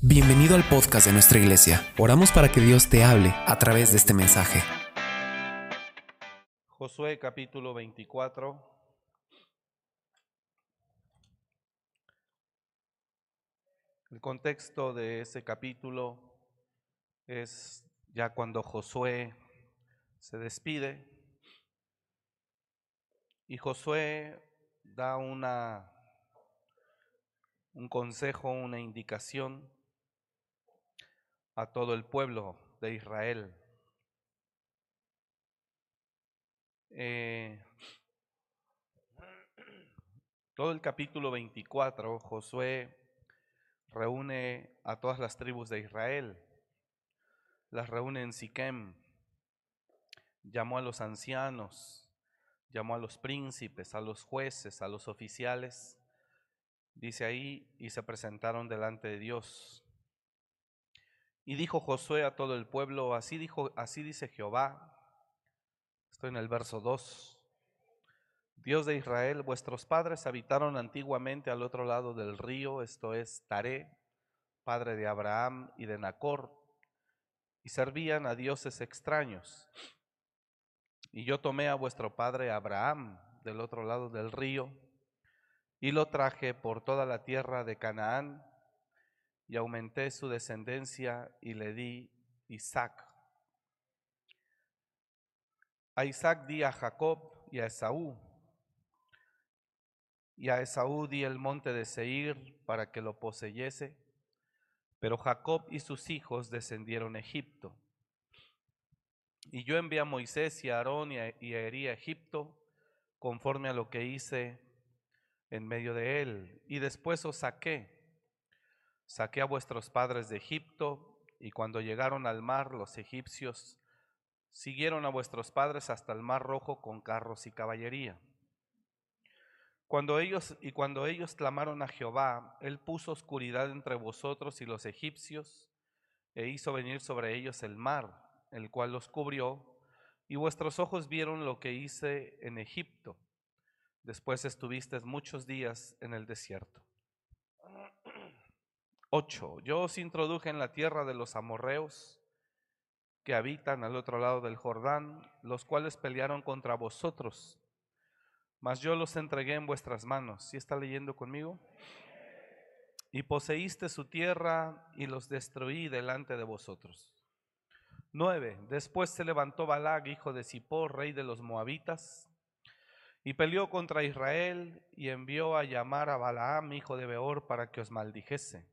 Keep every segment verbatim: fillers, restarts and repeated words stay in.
Bienvenido al podcast de nuestra iglesia. Oramos para que Dios te hable a través de este mensaje. Josué capítulo veinticuatro. El contexto de ese capítulo es ya cuando Josué se despide y Josué da una, un consejo, una indicación a todo el pueblo de Israel. Eh, todo el capítulo veinticuatro, Josué reúne a todas las tribus de Israel, las reúne en Siquem, llamó a los ancianos, llamó a los príncipes, a los jueces, a los oficiales, dice ahí, y se presentaron delante de Dios. Y dijo Josué a todo el pueblo, así dijo, así dice Jehová, estoy en el verso dos, Dios de Israel, vuestros padres habitaron antiguamente al otro lado del río, esto es Taré, padre de Abraham y de Nacor, y servían a dioses extraños. Y yo tomé a vuestro padre Abraham del otro lado del río, y lo traje por toda la tierra de Canaán, y aumenté su descendencia y le di Isaac. A Isaac di a Jacob y a Esaú, y a Esaú di el monte de Seir para que lo poseyese, pero Jacob y sus hijos descendieron a Egipto. Y yo envié a Moisés y a Aarón y a, y a herí a Egipto, conforme a lo que hice en medio de él, y después os saqué. Saqué a vuestros padres de Egipto, y cuando llegaron al mar, los egipcios siguieron a vuestros padres hasta el mar Rojo con carros y caballería. Cuando ellos, y cuando ellos clamaron a Jehová, él puso oscuridad entre vosotros y los egipcios, e hizo venir sobre ellos el mar, el cual los cubrió, y vuestros ojos vieron lo que hice en Egipto. Después estuvisteis muchos días en el desierto. ocho. Yo os introduje en la tierra de los amorreos, que habitan al otro lado del Jordán, los cuales pelearon contra vosotros, mas yo los entregué en vuestras manos. ¿Sí está leyendo conmigo? Y poseíste su tierra y los destruí delante de vosotros. nueve. Después se levantó Balac, hijo de Zippor, rey de los moabitas, y peleó contra Israel, y envió a llamar a Balaam, hijo de Beor, para que os maldijese.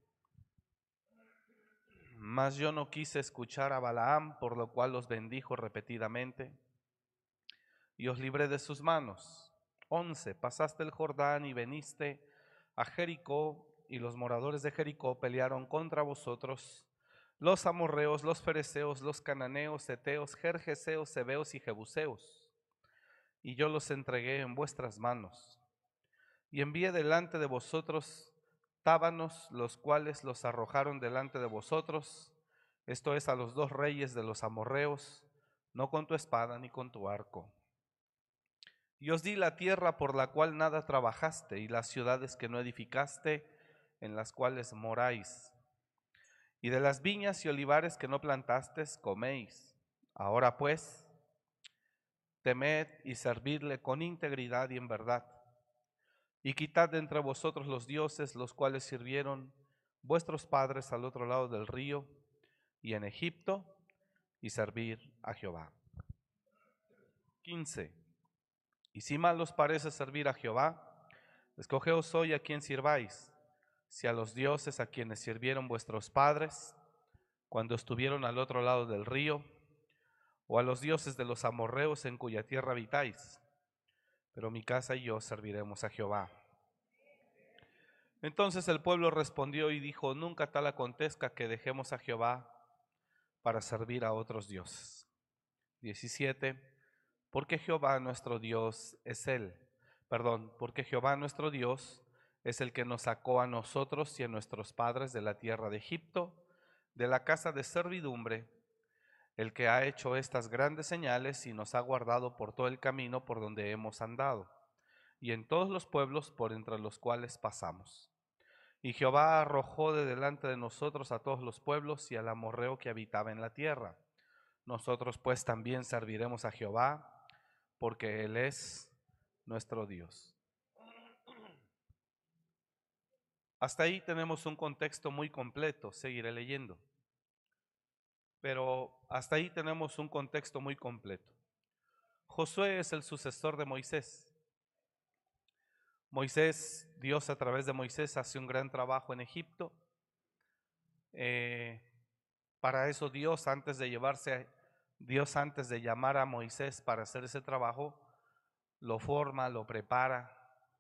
Mas yo no quise escuchar a Balaam, por lo cual os bendijo repetidamente, y os libré de sus manos. once. Pasaste el Jordán y veniste a Jericó, y los moradores de Jericó pelearon contra vosotros, los amorreos, los fereceos, los cananeos, heteos, gergeseos, heveos y jebuseos, y yo los entregué en vuestras manos. Y envié delante de vosotros tábanos, los cuales los arrojaron delante de vosotros, esto es, a los dos reyes de los amorreos, no con tu espada ni con tu arco. Y os di la tierra por la cual nada trabajaste, y las ciudades que no edificaste, en las cuales moráis. Y de las viñas y olivares que no plantastes, coméis. Ahora pues, temed y servidle con integridad y en verdad. Y quitad de entre vosotros los dioses, los cuales sirvieron vuestros padres al otro lado del río y en Egipto, y servir a Jehová. quince. Y si mal os parece servir a Jehová, escogeos hoy a quien sirváis, si a los dioses a quienes sirvieron vuestros padres cuando estuvieron al otro lado del río, o a los dioses de los amorreos en cuya tierra habitáis, pero mi casa y yo serviremos a Jehová. Entonces el pueblo respondió y dijo: nunca tal acontezca que dejemos a Jehová para servir a otros dioses. diecisiete. Porque Jehová nuestro Dios es Él, perdón, porque Jehová nuestro Dios es el que nos sacó a nosotros y a nuestros padres de la tierra de Egipto, de la casa de servidumbre, el que ha hecho estas grandes señales y nos ha guardado por todo el camino por donde hemos andado, y en todos los pueblos por entre los cuales pasamos. Y Jehová arrojó de delante de nosotros a todos los pueblos y al amorreo que habitaba en la tierra. Nosotros pues también serviremos a Jehová, porque Él es nuestro Dios. Hasta ahí tenemos un contexto muy completo, seguiré leyendo. Pero hasta ahí tenemos un contexto muy completo. Josué es el sucesor de Moisés. Moisés, Dios a través de Moisés hace un gran trabajo en Egipto. Eh, para eso Dios antes de llevarse, Dios antes de llamar a Moisés para hacer ese trabajo, lo forma, lo prepara.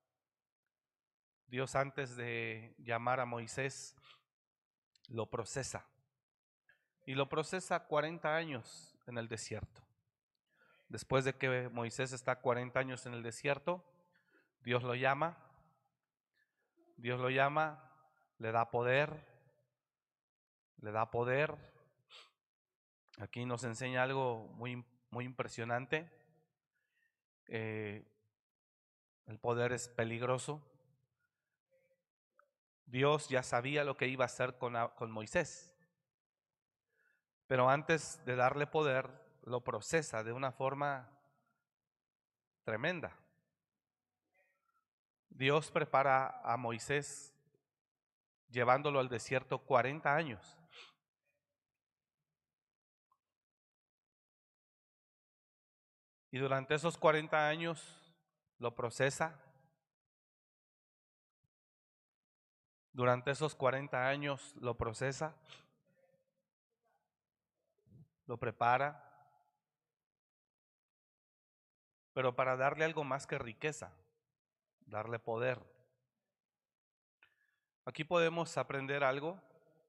Dios antes de llamar a Moisés, lo procesa. Y lo procesa cuarenta años en el desierto. Después de que Moisés está cuarenta años en el desierto, Dios lo llama, Dios lo llama, le da poder, le da poder. Aquí nos enseña algo muy, muy impresionante. Eh, el poder es peligroso. Dios ya sabía lo que iba a hacer con, con Moisés, pero antes de darle poder, lo procesa de una forma tremenda. Dios prepara a Moisés llevándolo al desierto cuarenta años. Y durante esos cuarenta años lo procesa. Durante esos cuarenta años lo procesa, lo prepara, pero para darle algo más que riqueza, darle poder. Aquí podemos aprender algo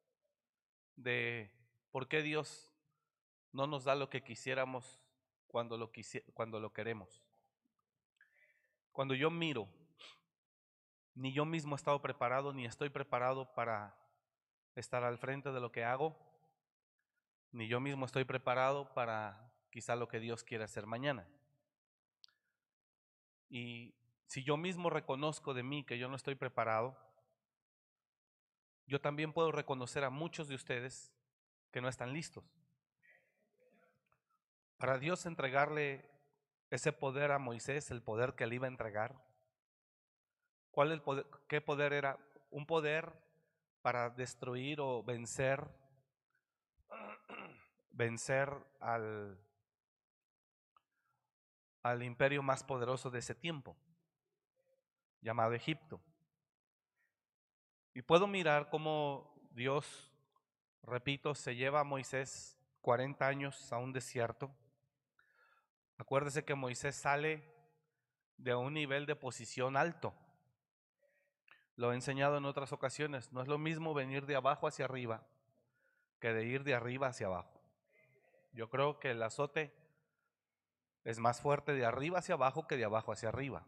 de por qué Dios no nos da lo que quisiéramos cuando lo, quisi- cuando lo queremos. Cuando yo miro, ni yo mismo he estado preparado, ni estoy preparado para estar al frente de lo que hago, ni yo mismo estoy preparado para quizá lo que Dios quiere hacer mañana. Y si yo mismo reconozco de mí que yo no estoy preparado, yo también puedo reconocer a muchos de ustedes que no están listos. Para Dios entregarle ese poder a Moisés, el poder que le iba a entregar, ¿cuál el poder, qué poder era? Un poder para destruir o vencer, vencer al, al imperio más poderoso de ese tiempo, llamado Egipto. Y puedo mirar cómo Dios, repito, se lleva a Moisés cuarenta años a un desierto. Acuérdese que Moisés sale de un nivel de posición alto. Lo he enseñado en otras ocasiones. No es lo mismo venir de abajo hacia arriba que de ir de arriba hacia abajo. Yo creo que el azote es más fuerte de arriba hacia abajo que de abajo hacia arriba.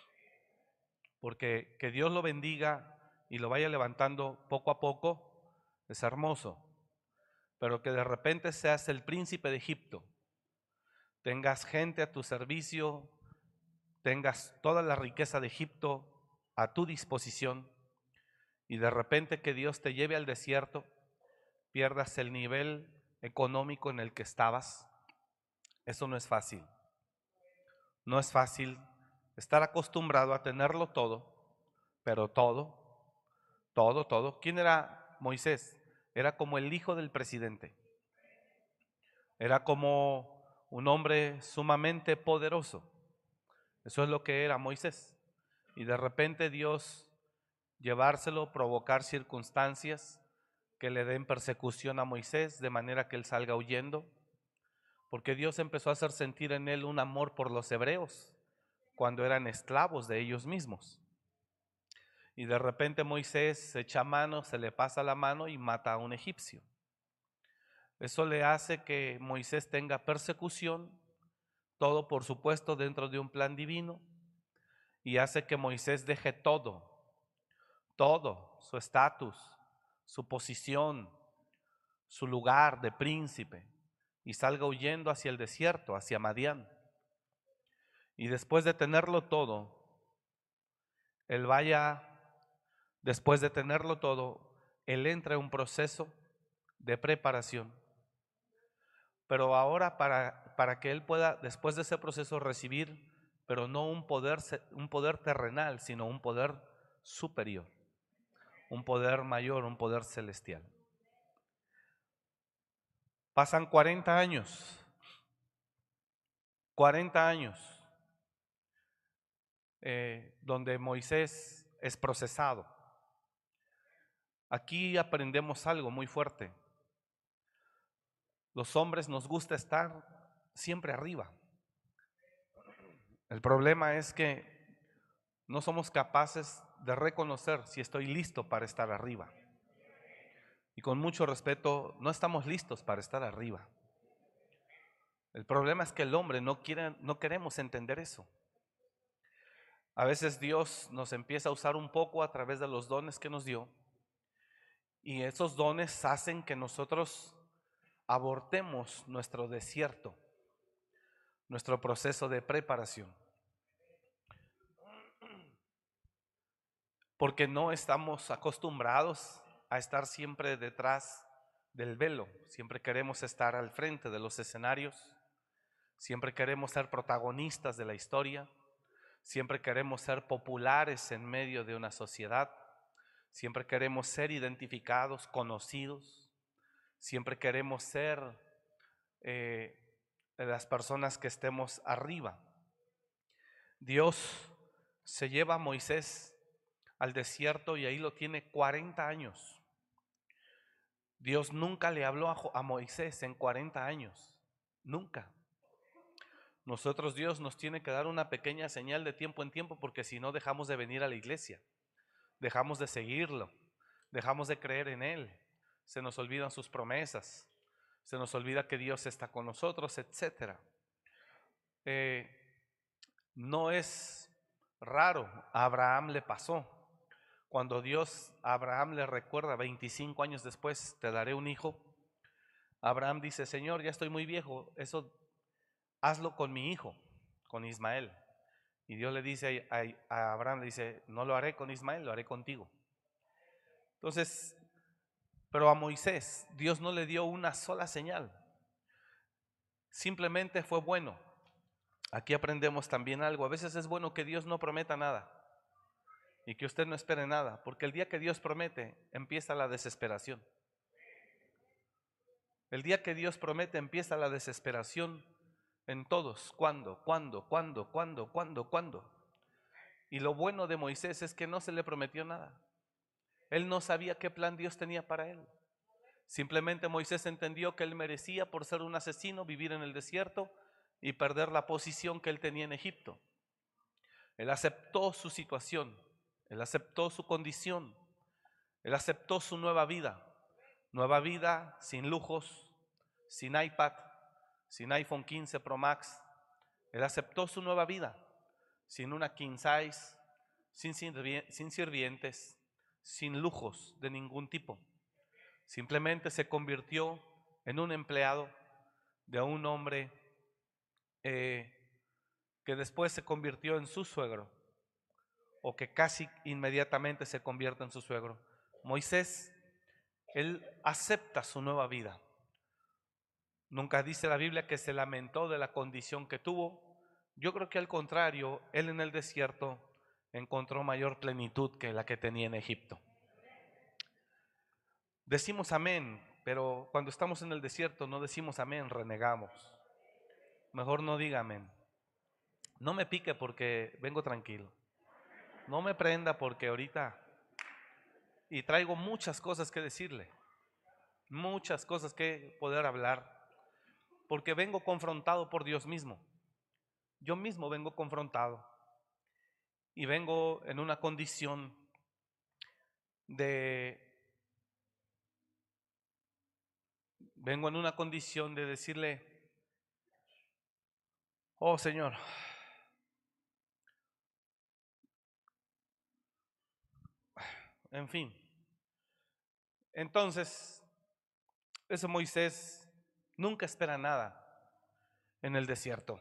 Porque que Dios lo bendiga y lo vaya levantando poco a poco es hermoso. Pero que de repente seas el príncipe de Egipto, tengas gente a tu servicio, tengas toda la riqueza de Egipto a tu disposición y de repente que Dios te lleve al desierto, pierdas el nivel económico en el que estabas. Eso no es fácil. No es fácil estar acostumbrado a tenerlo todo, pero todo, todo, todo. ¿Quién era Moisés? Era como el hijo del presidente. Era como un hombre sumamente poderoso. Eso es lo que era Moisés. Y de repente Dios llevárselo, provocar circunstancias que le den persecución a Moisés de manera que él salga huyendo. Porque Dios empezó a hacer sentir en él un amor por los hebreos cuando eran esclavos de ellos mismos. Y de repente Moisés se echa mano, se le pasa la mano y mata a un egipcio. Eso le hace que Moisés tenga persecución, todo por supuesto dentro de un plan divino, y hace que Moisés deje todo, todo, su estatus, su posición, su lugar de príncipe, y salga huyendo hacia el desierto, hacia Madián. Y después de tenerlo todo, él vaya después de tenerlo todo, él entra en un proceso de preparación. Pero ahora para, para que él pueda, después de ese proceso, recibir, pero no un poder, un poder terrenal, sino un poder superior, un poder mayor, un poder celestial. Pasan cuarenta años, cuarenta años, eh, donde Moisés es procesado. Aquí aprendemos algo muy fuerte. Los hombres nos gusta estar siempre arriba. El problema es que no somos capaces de reconocer si estoy listo para estar arriba. Y con mucho respeto, no estamos listos para estar arriba. El problema es que el hombre no quiere, no queremos entender eso. A veces Dios nos empieza a usar un poco a través de los dones que nos dio, y esos dones hacen que nosotros abortemos nuestro desierto, nuestro proceso de preparación, porque no estamos acostumbrados a estar siempre detrás del velo. Siempre queremos estar al frente de los escenarios, siempre queremos ser protagonistas de la historia, siempre queremos ser populares en medio de una sociedad, siempre queremos ser identificados, conocidos, siempre queremos ser eh, las personas que estemos arriba. Dios se lleva a Moisés al desierto y ahí lo tiene cuarenta años. Dios nunca le habló a, a Moisés en cuarenta años, nunca. Nosotros, Dios nos tiene que dar una pequeña señal de tiempo en tiempo, porque si no dejamos de venir a la iglesia, dejamos de seguirlo, dejamos de creer en Él, se nos olvidan sus promesas, se nos olvida que Dios está con nosotros, etcétera. Eh, no es raro, a Abraham le pasó. Cuando Dios a Abraham le recuerda veinticinco años después, te daré un hijo, Abraham dice: Señor, ya estoy muy viejo, eso hazlo con mi hijo, con Ismael. Y Dios le dice a, a Abraham, le dice: no lo haré con Ismael, lo haré contigo. Entonces, pero a Moisés Dios no le dio una sola señal, simplemente fue bueno. Aquí aprendemos también algo. A veces es bueno que Dios no prometa nada y que usted no espere nada, porque el día que Dios promete empieza la desesperación. El día que Dios promete empieza la desesperación en todos. ¿Cuándo? ¿Cuándo? ¿Cuándo? ¿Cuándo? ¿Cuándo? ¿Cuándo? Y lo bueno de Moisés es que no se le prometió nada. Él no sabía qué plan Dios tenía para él. Simplemente Moisés entendió que él merecía, por ser un asesino, vivir en el desierto y perder la posición que él tenía en Egipto. Él aceptó su situación, él aceptó su condición, él aceptó su nueva vida. Nueva vida sin lujos, sin iPad, sin iPhone quince Pro Max. Él aceptó su nueva vida, sin una king size, sin sirvientes, sin lujos de ningún tipo. Simplemente se convirtió en un empleado de un hombre eh, que después se convirtió en su suegro, o que casi inmediatamente se convierte en su suegro. Moisés, él acepta su nueva vida. Nunca dice la Biblia que se lamentó de la condición que tuvo. Yo creo que al contrario, él en el desierto encontró mayor plenitud que la que tenía en Egipto. Decimos amén, pero cuando estamos en el desierto no decimos amén, renegamos. Mejor no diga amén. No me pique porque vengo tranquilo. No me prenda porque ahorita, y traigo muchas cosas que decirle, muchas cosas que poder hablar, porque vengo confrontado por Dios mismo. Yo mismo vengo confrontado y vengo en una condición de vengo en una condición de decirle: oh Señor, en fin. Entonces, ese Moisés nunca espera nada en el desierto.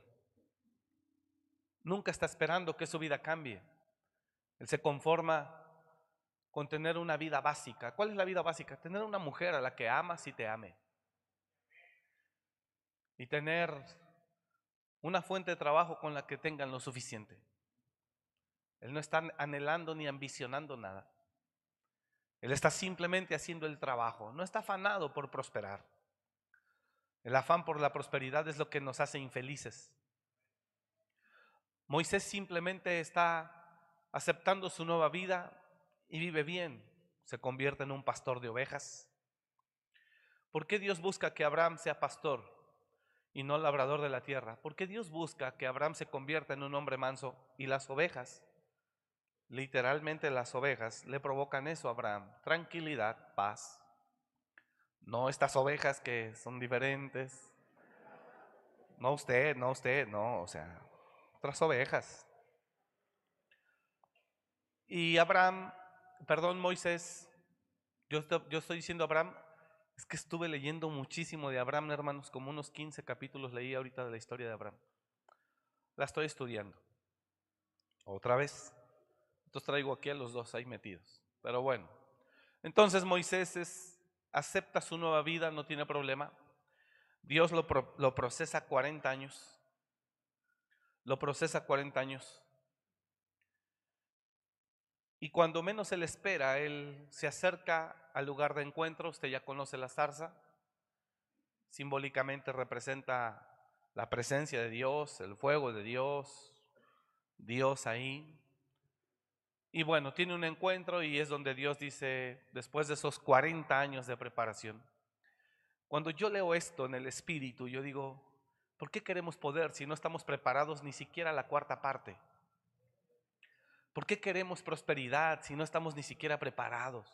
Nunca está esperando que su vida cambie. Él se conforma con tener una vida básica. ¿Cuál es la vida básica? Tener una mujer a la que amas y te ame. Y tener una fuente de trabajo con la que tengan lo suficiente. Él no está anhelando ni ambicionando nada. Él está simplemente haciendo el trabajo. No está afanado por prosperar. El afán por la prosperidad es lo que nos hace infelices. Moisés simplemente está aceptando su nueva vida y vive bien. Se convierte en un pastor de ovejas. ¿Por qué Dios busca que Abraham sea pastor y no labrador de la tierra? ¿Por qué Dios busca que Abraham se convierta en un hombre manso? Y las ovejas, literalmente las ovejas, le provocan eso a Abraham: tranquilidad, paz. No estas ovejas que son diferentes. No usted, no usted, no, o sea, otras ovejas. Y Abraham, perdón, Moisés, yo estoy, yo estoy diciendo Abraham, es que estuve leyendo muchísimo de Abraham, hermanos, como unos quince capítulos leí ahorita de la historia de Abraham. La estoy estudiando. Otra vez. Entonces traigo aquí a los dos ahí metidos. Pero bueno, entonces Moisés es, acepta su nueva vida, no tiene problema. Dios lo, pro, lo procesa cuarenta años. Lo procesa cuarenta años. Y cuando menos se le espera, él se acerca al lugar de encuentro. Usted ya conoce la zarza. Simbólicamente representa la presencia de Dios, el fuego de Dios, Dios ahí. Y bueno, tiene un encuentro y es donde Dios dice, después de esos cuarenta años de preparación, cuando yo leo esto en el Espíritu, yo digo, ¿por qué queremos poder si no estamos preparados ni siquiera a la cuarta parte? ¿Por qué queremos prosperidad si no estamos ni siquiera preparados?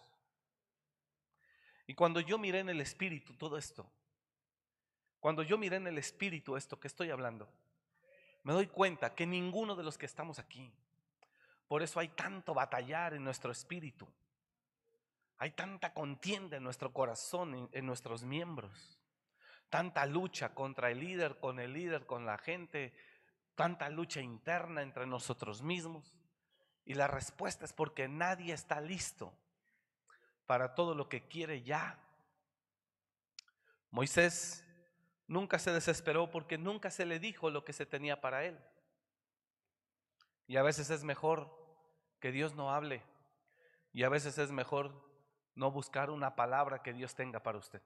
Y cuando yo miré en el Espíritu todo esto, cuando yo miré en el Espíritu esto que estoy hablando, me doy cuenta que ninguno de los que estamos aquí, por eso hay tanto batallar en nuestro espíritu, hay tanta contienda en nuestro corazón, en, en nuestros miembros, tanta lucha contra el líder, con el líder, con la gente, tanta lucha interna entre nosotros mismos. Y la respuesta es porque nadie está listo para todo lo que quiere ya. Moisés nunca se desesperó porque nunca se le dijo lo que se tenía para él. Y a veces es mejor que Dios no hable. Y a veces es mejor no buscar una palabra que Dios tenga para usted.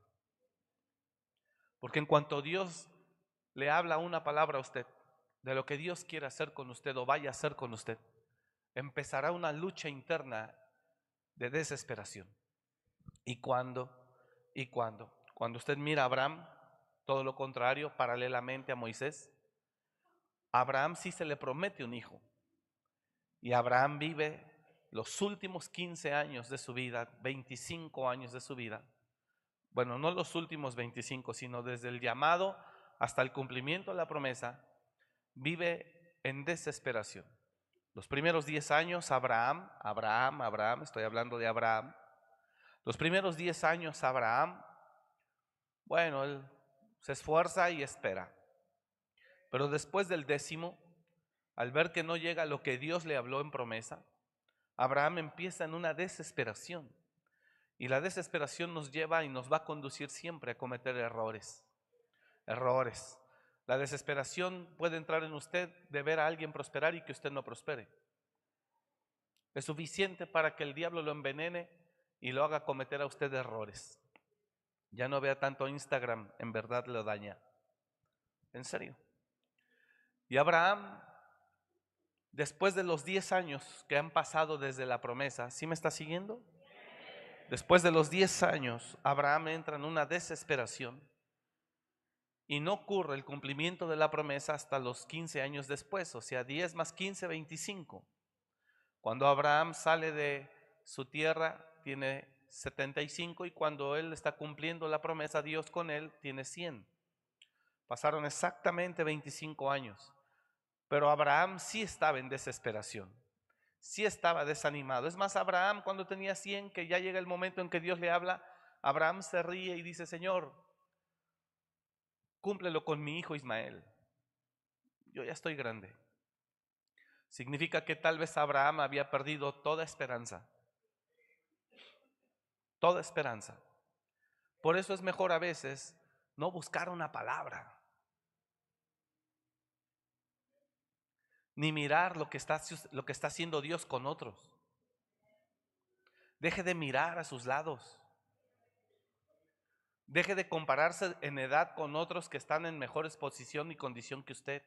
Porque en cuanto Dios le habla una palabra a usted de lo que Dios quiere hacer con usted o vaya a hacer con usted, empezará una lucha interna de desesperación. ¿Y cuándo? ¿Y cuándo? Cuando usted mira a Abraham, todo lo contrario, paralelamente a Moisés, a Abraham sí se le promete un hijo. Y Abraham vive los últimos quince años de su vida, veinticinco años de su vida. Bueno, no los últimos veinticinco, sino desde el llamado hasta el cumplimiento de la promesa, vive en desesperación. Los primeros diez años, Abraham, Abraham, Abraham, estoy hablando de Abraham. Los primeros diez años, Abraham, bueno, él se esfuerza y espera. Pero después del décimo, al ver que no llega lo que Dios le habló en promesa, Abraham empieza en una desesperación. Y la desesperación nos lleva y nos va a conducir siempre a cometer errores. Errores. La desesperación puede entrar en usted de ver a alguien prosperar y que usted no prospere. Es suficiente para que el diablo lo envenene y lo haga cometer a usted errores. Ya no vea tanto Instagram, en verdad lo daña. En serio. Y Abraham, después de los diez años que han pasado desde la promesa, ¿sí me está siguiendo? Después de los diez años, Abraham entra en una desesperación y no ocurre el cumplimiento de la promesa hasta los quince años después, o sea, diez más quince, veinticinco. Cuando Abraham sale de su tierra, tiene setenta y cinco, y cuando él está cumpliendo la promesa, Dios con él, tiene cien. Pasaron exactamente veinticinco años, pero Abraham sí estaba en desesperación, sí estaba desanimado. Es más, Abraham cuando tenía cien, que ya llega el momento en que Dios le habla, Abraham se ríe y dice: Señor, cúmplelo con mi hijo Ismael, yo ya estoy grande. Significa que tal vez Abraham había perdido toda esperanza. toda esperanza. Por eso es mejor a veces no buscar una palabra, ni mirar lo que está, lo que está haciendo Dios con otros. Deje de mirar a sus lados. Deje de compararse en edad con otros que están en mejores posición y condición que usted.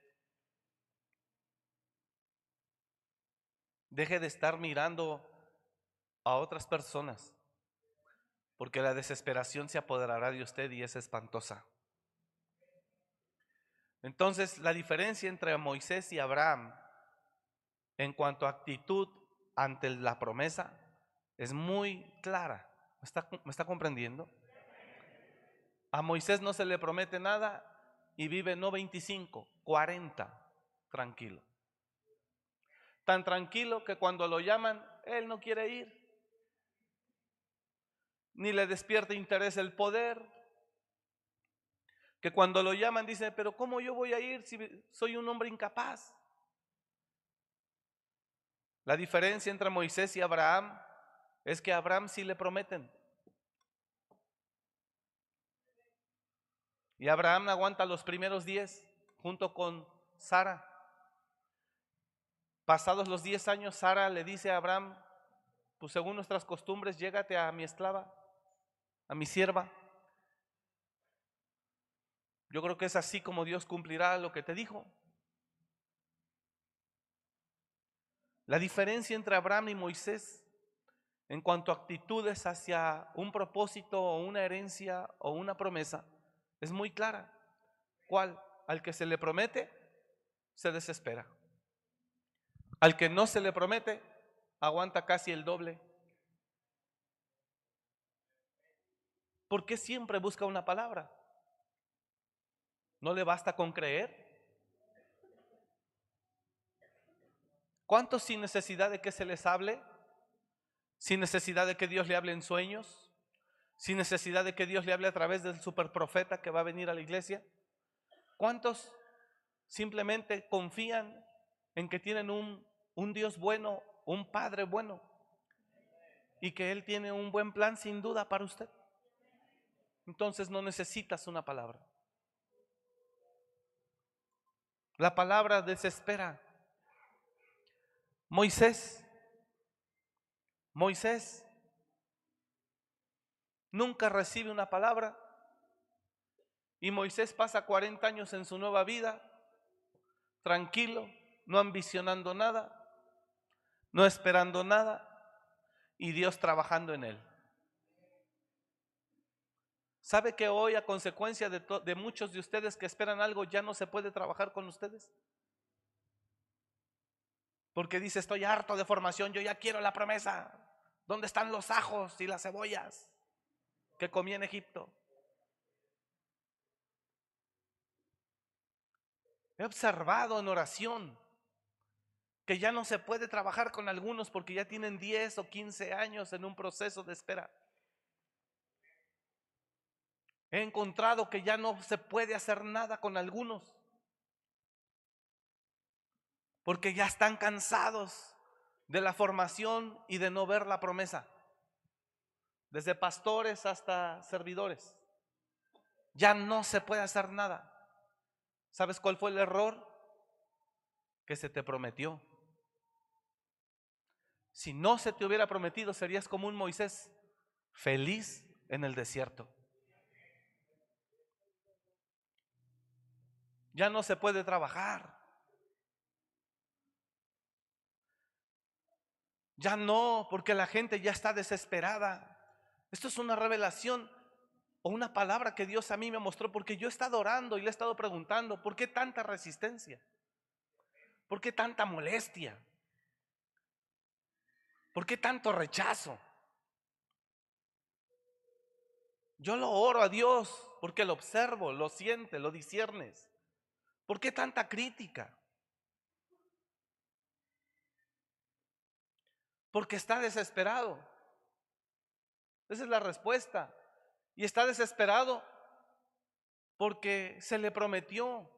Deje de estar mirando a otras personas, porque la desesperación se apoderará de usted y es espantosa. Entonces, la diferencia entre Moisés y Abraham en cuanto a actitud ante la promesa es muy clara. ¿Me está, me está comprendiendo? A Moisés no se le promete nada y vive no veinticinco, cuarenta tranquilo. Tan tranquilo que cuando lo llaman, él no quiere ir. Ni le despierta interés el poder. Que cuando lo llaman dice, pero ¿cómo yo voy a ir si soy un hombre incapaz? La diferencia entre Moisés y Abraham es que a Abraham sí le prometen. Y Abraham aguanta los primeros diez junto con Sara. Pasados los diez años, Sara le dice a Abraham, pues según nuestras costumbres, llégate a mi esclava, a mi sierva. Yo creo que es así como Dios cumplirá lo que te dijo. La diferencia entre Abraham y Moisés en cuanto a actitudes hacia un propósito o una herencia o una promesa es muy clara. ¿Cuál? Al que se le promete, se desespera. Al que no se le promete, aguanta casi el doble. ¿Por qué siempre busca una palabra? ¿No le basta con creer? ¿Cuántos sin necesidad de que se les hable? Sin necesidad de que Dios le hable en sueños, sin necesidad de que Dios le hable a través del superprofeta que va a venir a la iglesia. ¿Cuántos simplemente confían en que tienen un, un Dios bueno, un Padre bueno, y que Él tiene un buen plan sin duda para usted? Entonces no necesitas una palabra. La palabra desespera. Moisés, Moisés nunca recibe una palabra y Moisés pasa cuarenta años en su nueva vida, tranquilo, no ambicionando nada, no esperando nada y Dios trabajando en él. ¿Sabe que hoy a consecuencia de, de muchos de ustedes que esperan algo ya no se puede trabajar con ustedes? Porque dice, estoy harto de formación, yo ya quiero la promesa. ¿Dónde están los ajos y las cebollas que comí en Egipto? He observado en oración que ya no se puede trabajar con algunos porque ya tienen diez o quince años en un proceso de espera. He encontrado que ya no se puede hacer nada con algunos porque ya están cansados de la formación y de no ver la promesa. Desde pastores hasta servidores. Ya no se puede hacer nada. ¿Sabes cuál fue el error? Que se te prometió. Si no se te hubiera prometido, serías como un Moisés feliz en el desierto. Ya no se puede trabajar. Ya no, porque la gente ya está desesperada. Esto es una revelación o una palabra que Dios a mí me mostró, porque yo he estado orando y le he estado preguntando, ¿por qué tanta resistencia? ¿Por qué tanta molestia? ¿Por qué tanto rechazo? Yo lo oro a Dios porque lo observo, lo siente, lo disiernes. ¿Por qué tanta crítica? Porque está desesperado. Esa es la respuesta. Y está desesperado porque se le prometió.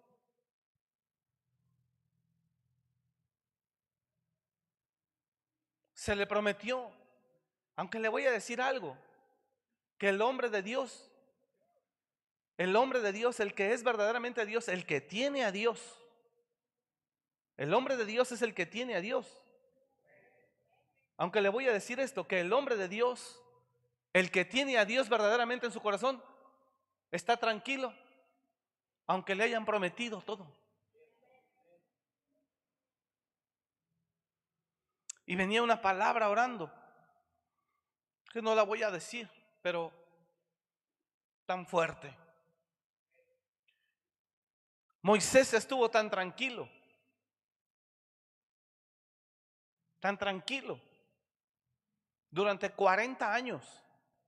Se le prometió. Aunque le voy a decir algo, que el hombre de Dios, el hombre de Dios, el que es verdaderamente Dios, el que tiene a Dios, el hombre de Dios es el que tiene a Dios. Aunque le voy a decir esto, que el hombre de Dios, el que tiene a Dios verdaderamente en su corazón, está tranquilo, aunque le hayan prometido todo. Y venía una palabra orando, que no la voy a decir, pero tan fuerte. Moisés estuvo tan tranquilo, tan tranquilo, durante cuarenta años.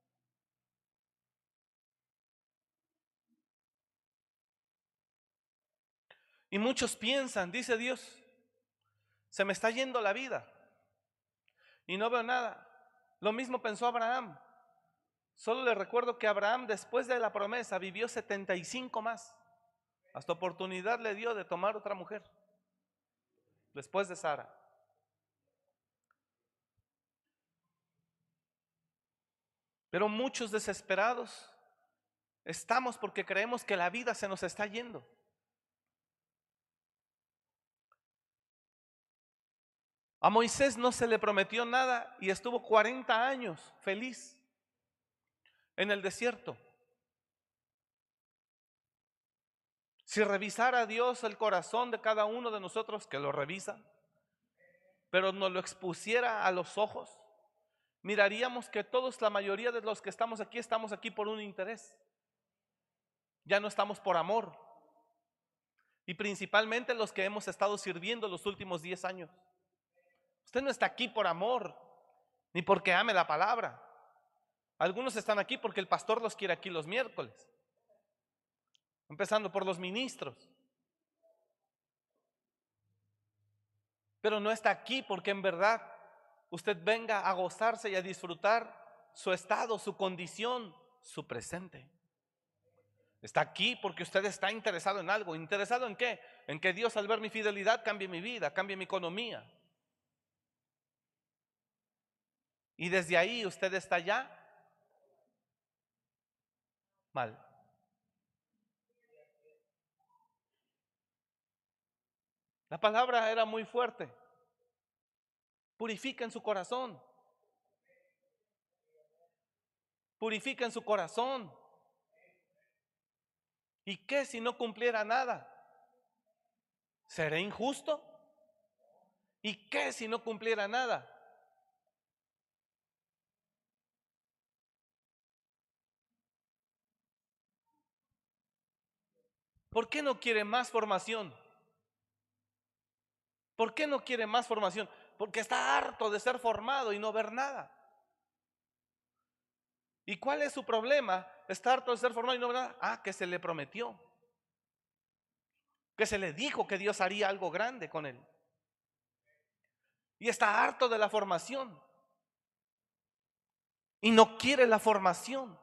Y muchos piensan, dice Dios, se me está yendo la vida y no veo nada. Lo mismo pensó Abraham. Solo le recuerdo que Abraham, después de la promesa, vivió setenta y cinco más. Hasta oportunidad le dio de tomar otra mujer después de Sara. Pero muchos desesperados estamos porque creemos que la vida se nos está yendo. A Moisés no se le prometió nada y estuvo cuarenta años feliz en el desierto. Si revisara Dios el corazón de cada uno de nosotros, que lo revisa, pero nos lo expusiera a los ojos, miraríamos que todos, la mayoría de los que estamos aquí, estamos aquí por un interés. Ya no estamos por amor. Y principalmente los que hemos estado sirviendo los últimos diez años. Usted no está aquí por amor, ni porque ame la palabra. Algunos están aquí porque el pastor los quiere aquí los miércoles, empezando por los ministros. Pero no está aquí porque en verdad usted venga a gozarse y a disfrutar su estado, su condición, su presente. Está aquí porque usted está interesado en algo. ¿Interesado en qué? En que Dios, al ver mi fidelidad, cambie mi vida, cambie mi economía. Y desde ahí usted está ya mal. La palabra era muy fuerte. Purifiquen su corazón. Purifiquen su corazón. ¿Y qué si no cumpliera nada? ¿Seré injusto? ¿Y qué si no cumpliera nada? ¿Por qué no quiere más formación? ¿Por qué no quiere más formación? Porque está harto de ser formado y no ver nada. ¿Y cuál es su problema? Está harto de ser formado y no ver nada. Ah, que se le prometió, que se le dijo que Dios haría algo grande con él. Y está harto de la formación y no quiere la formación.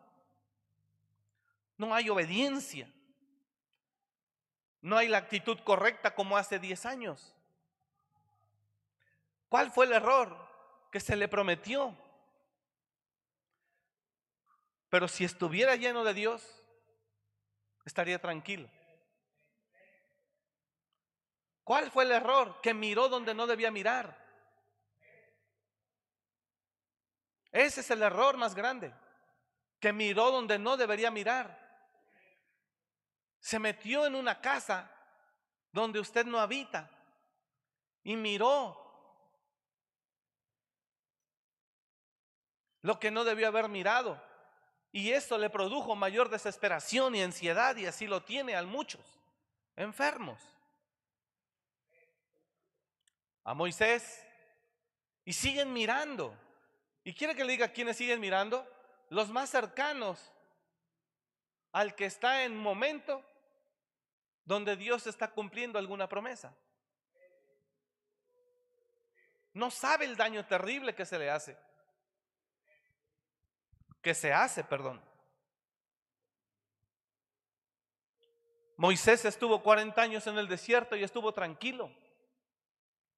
No hay obediencia. No hay la actitud correcta como hace diez años. ¿Cuál fue el error? Que se le prometió. Pero si estuviera lleno de Dios, estaría tranquilo. ¿Cuál fue el error? Que miró donde no debía mirar. Ese es el error más grande. Que miró donde no debería mirar. Se metió en una casa donde usted no habita y miró lo que no debió haber mirado. Y eso le produjo mayor desesperación y ansiedad, y así lo tiene a muchos enfermos. A Moisés, y siguen mirando. ¿Y quiere que le diga quiénes siguen mirando? Los más cercanos al que está en momento donde Dios está cumpliendo alguna promesa. No sabe el daño terrible que se le hace. Que se hace, perdón. Moisés estuvo cuarenta años en el desierto y estuvo tranquilo.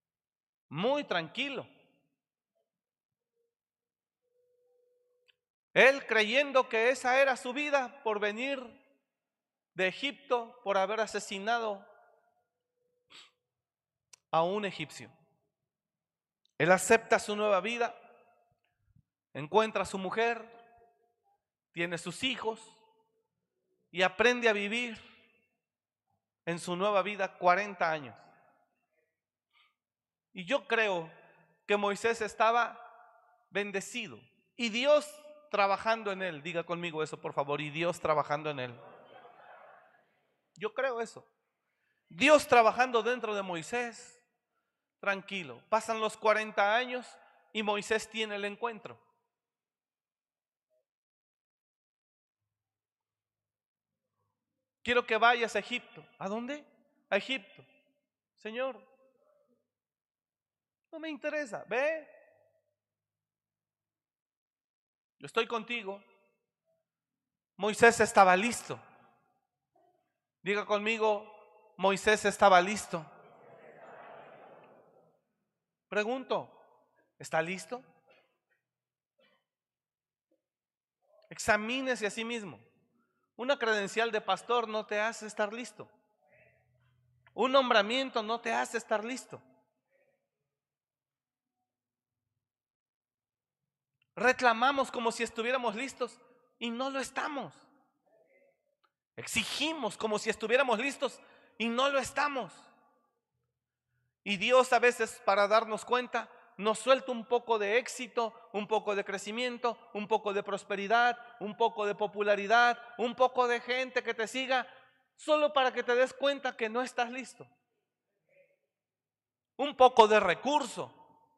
Muy tranquilo. Él creyendo que esa era su vida por venir de Egipto, por haber asesinado a un egipcio. Él acepta su nueva vida, encuentra a su mujer, tiene sus hijos y aprende a vivir en su nueva vida cuarenta años. Y yo creo que Moisés estaba bendecido y Dios trabajando en él. Diga conmigo eso, por favor. Y Dios trabajando en él. Yo creo eso. Dios trabajando dentro de Moisés. Tranquilo. Pasan los cuarenta años y Moisés tiene el encuentro. Quiero que vayas a Egipto. ¿A dónde? A Egipto. Señor, no me interesa. Ve. Yo estoy contigo. Moisés estaba listo. Diga conmigo, Moisés estaba listo. Pregunto, ¿está listo? Examínese a sí mismo. Una credencial de pastor no te hace estar listo. Un nombramiento no te hace estar listo. Reclamamos como si estuviéramos listos y no lo estamos. Exigimos como si estuviéramos listos y no lo estamos. Y Dios a veces, para darnos cuenta, nos suelta un poco de éxito, un poco de crecimiento, un poco de prosperidad, un poco de popularidad, un poco de gente que te siga, solo para que te des cuenta que no estás listo. Un poco de recurso.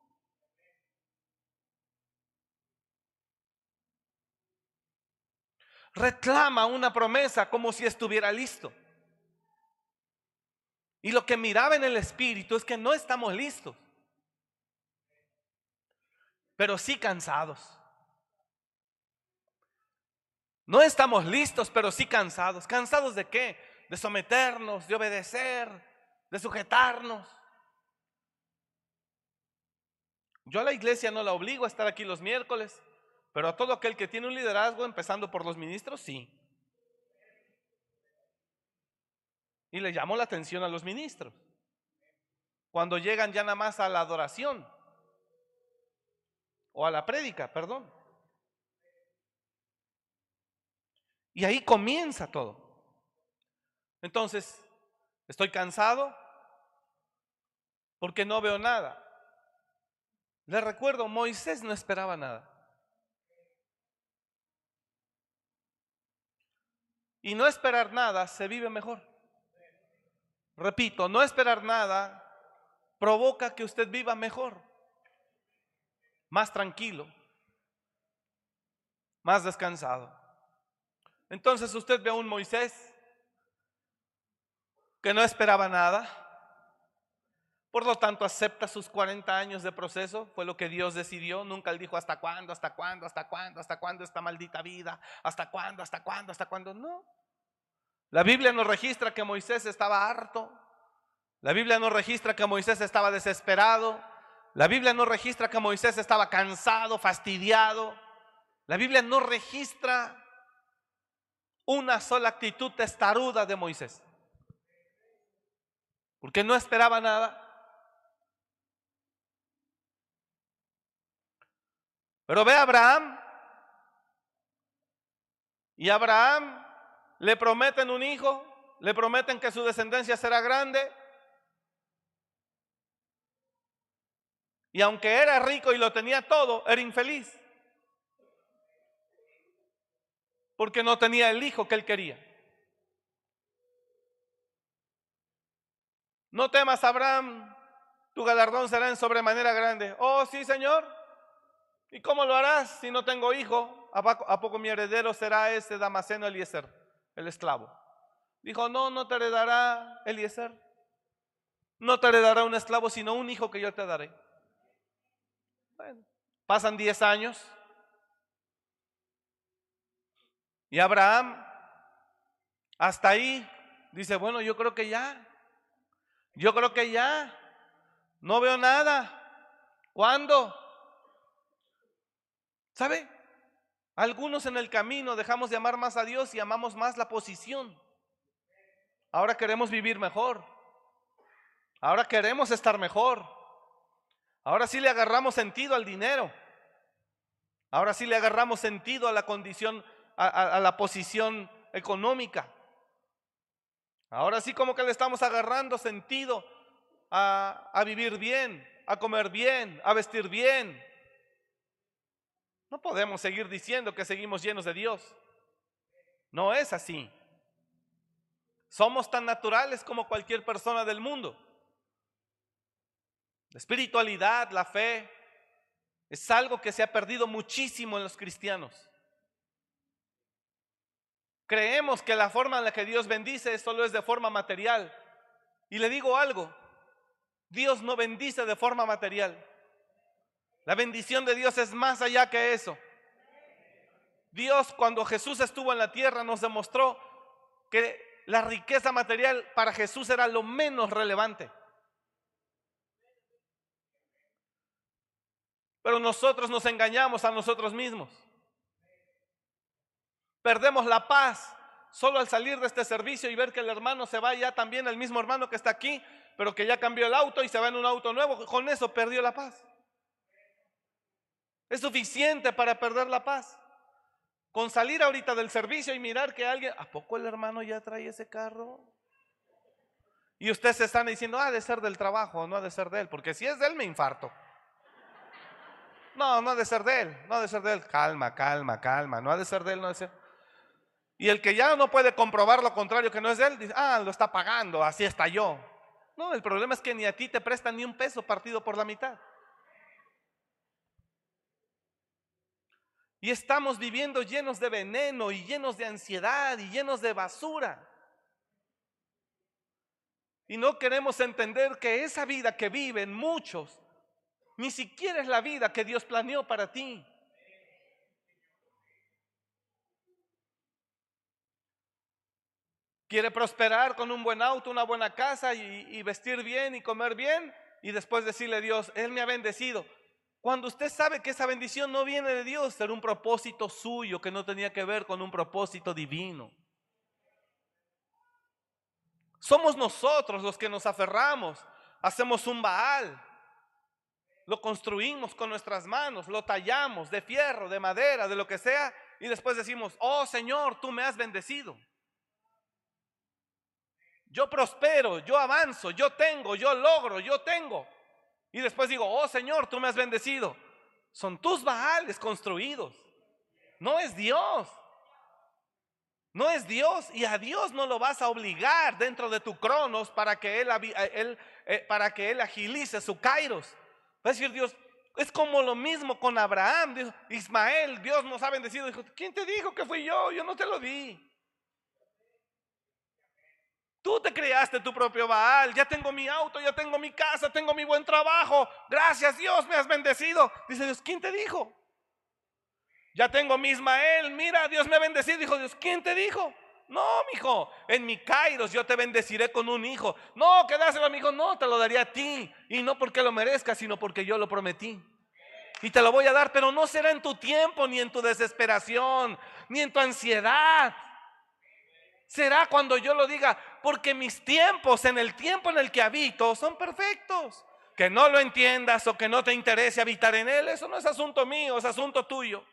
Reclama una promesa como si estuviera listo. Y lo que miraba en el espíritu es que no estamos listos, pero sí cansados. No estamos listos, pero sí cansados. ¿Cansados de qué? De someternos, de obedecer, de sujetarnos. Yo a la iglesia no la obligo a estar aquí los miércoles, pero a todo aquel que tiene un liderazgo, empezando por los ministros, sí. Y le llamo la atención a los ministros cuando llegan ya nada más a la adoración o a la prédica, perdón. Y ahí comienza todo. Entonces, estoy cansado porque no veo nada. Les recuerdo, Moisés no esperaba nada. Y no esperar nada se vive mejor. Repito, no esperar nada provoca que usted viva mejor, más tranquilo, más descansado. Entonces usted ve a un Moisés que no esperaba nada, por lo tanto acepta sus cuarenta años de proceso, fue lo que Dios decidió. Nunca él dijo hasta cuándo, hasta cuándo, hasta cuándo, hasta cuándo esta maldita vida, hasta cuándo, hasta cuándo, hasta cuándo, no. La Biblia nos registra que Moisés estaba harto. La Biblia nos registra que Moisés estaba desesperado. La Biblia nos registra que Moisés estaba cansado, fastidiado. La Biblia no registra una sola actitud testaruda de Moisés, porque no esperaba nada. Pero ve a Abraham, y a Abraham le prometen un hijo, le prometen que su descendencia será grande. Y aunque era rico y lo tenía todo, era infeliz, porque no tenía el hijo que él quería. No temas, Abraham, tu galardón será en sobremanera grande. Oh, sí, Señor. ¿Y cómo lo harás si no tengo hijo? ¿A poco mi heredero será ese Damaseno Eliezer, el esclavo? Dijo, no, no te heredará Eliezer. No te heredará un esclavo, sino un hijo que yo te daré. Bueno, pasan diez años. Y Abraham, hasta ahí, dice, bueno, yo creo que ya. Yo creo que ya. No veo nada. ¿Cuándo? ¿Sabe? Algunos en el camino dejamos de amar más a Dios y amamos más la posición. Ahora queremos vivir mejor. Ahora queremos estar mejor. Ahora sí le agarramos sentido al dinero. Ahora sí le agarramos sentido a la condición, a, a, a la posición económica. Ahora sí como que le estamos agarrando sentido a, a vivir bien, a comer bien, a vestir bien. No podemos seguir diciendo que seguimos llenos de Dios. No es así. Somos tan naturales como cualquier persona del mundo. La espiritualidad, la fe, es algo que se ha perdido muchísimo en los cristianos. Creemos que la forma en la que Dios bendice solo es de forma material. Y le digo algo, Dios no bendice de forma material. La bendición de Dios es más allá que eso. Dios, cuando Jesús estuvo en la tierra, nos demostró que la riqueza material para Jesús era lo menos relevante. Pero nosotros nos engañamos a nosotros mismos. Perdemos la paz solo al salir de este servicio y ver que el hermano se va ya también, el mismo hermano que está aquí, pero que ya cambió el auto y se va en un auto nuevo. Con eso perdió la paz. Es suficiente para perder la paz. Con salir ahorita del servicio y mirar que alguien, ¿a poco el hermano ya trae ese carro? Y usted se está diciendo, ah, ha de ser del trabajo, no ha de ser de él, porque si es de él me infarto. No, no ha de ser de él, no ha de ser de él. Calma, calma, calma, no ha de ser de él, no ha de ser. Y el que ya no puede comprobar lo contrario, que no es de él, dice, ah, lo está pagando, así está yo. No, el problema es que ni a ti te prestan ni un peso partido por la mitad. Y estamos viviendo llenos de veneno y llenos de ansiedad y llenos de basura. Y no queremos entender que esa vida que viven muchos ni siquiera es la vida que Dios planeó para ti. Quiere prosperar con un buen auto, una buena casa y, y vestir bien y comer bien y después decirle a Dios, Él me ha bendecido. Cuando usted sabe que esa bendición no viene de Dios, era un propósito suyo que no tenía que ver con un propósito divino. Somos nosotros los que nos aferramos, hacemos un Baal, lo construimos con nuestras manos, lo tallamos de fierro, de madera, de lo que sea, y después decimos, oh Señor, tú me has bendecido. Yo prospero, yo avanzo, yo tengo, yo logro, yo tengo. Y después digo, oh Señor, tú me has bendecido. Son tus Baales construidos. No es Dios. No es Dios, y a Dios no lo vas a obligar dentro de tu cronos para que Él, él, eh, para que él agilice su kairos. Va a decir Dios, es como lo mismo con Abraham. Dijo, Ismael, Dios nos ha bendecido. Dijo, ¿quién te dijo que fui yo? Yo no te lo di. Tú te creaste tu propio Baal. Ya tengo mi auto, ya tengo mi casa, tengo mi buen trabajo. Gracias Dios, me has bendecido. Dice Dios, ¿quién te dijo? Ya tengo mi Ismael, mira, Dios me ha bendecido. Dijo Dios, ¿quién te dijo? No, mijo, en mi kairos yo te bendeciré con un hijo. No, que dáselo a mi hijo, no, te lo daría a ti. Y no porque lo merezcas, sino porque yo lo prometí. Y te lo voy a dar, pero no será en tu tiempo, ni en tu desesperación, ni en tu ansiedad. Será cuando yo lo diga, porque mis tiempos, en el tiempo en el que habito, son perfectos. Que no lo entiendas o que no te interese habitar en él, eso no es asunto mío, es asunto tuyo.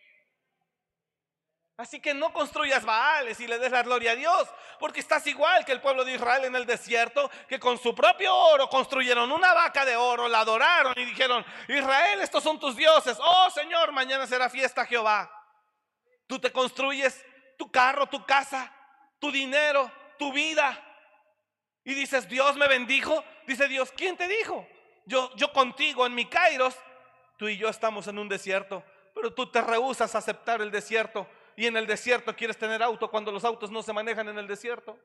Así que no construyas Baales y le des la gloria a Dios, porque estás igual que el pueblo de Israel en el desierto, que con su propio oro construyeron una vaca de oro, la adoraron y dijeron, Israel, estos son tus dioses. Oh Señor, mañana será fiesta Jehová. Tú te construyes tu carro, tu casa, tu dinero, tu vida, y dices, Dios me bendijo. Dice Dios, ¿quién te dijo? Yo, yo contigo en mi kairos. Tú y yo estamos en un desierto, pero tú te rehusas a aceptar el desierto. Y en el desierto quieres tener auto cuando los autos no se manejan en el desierto.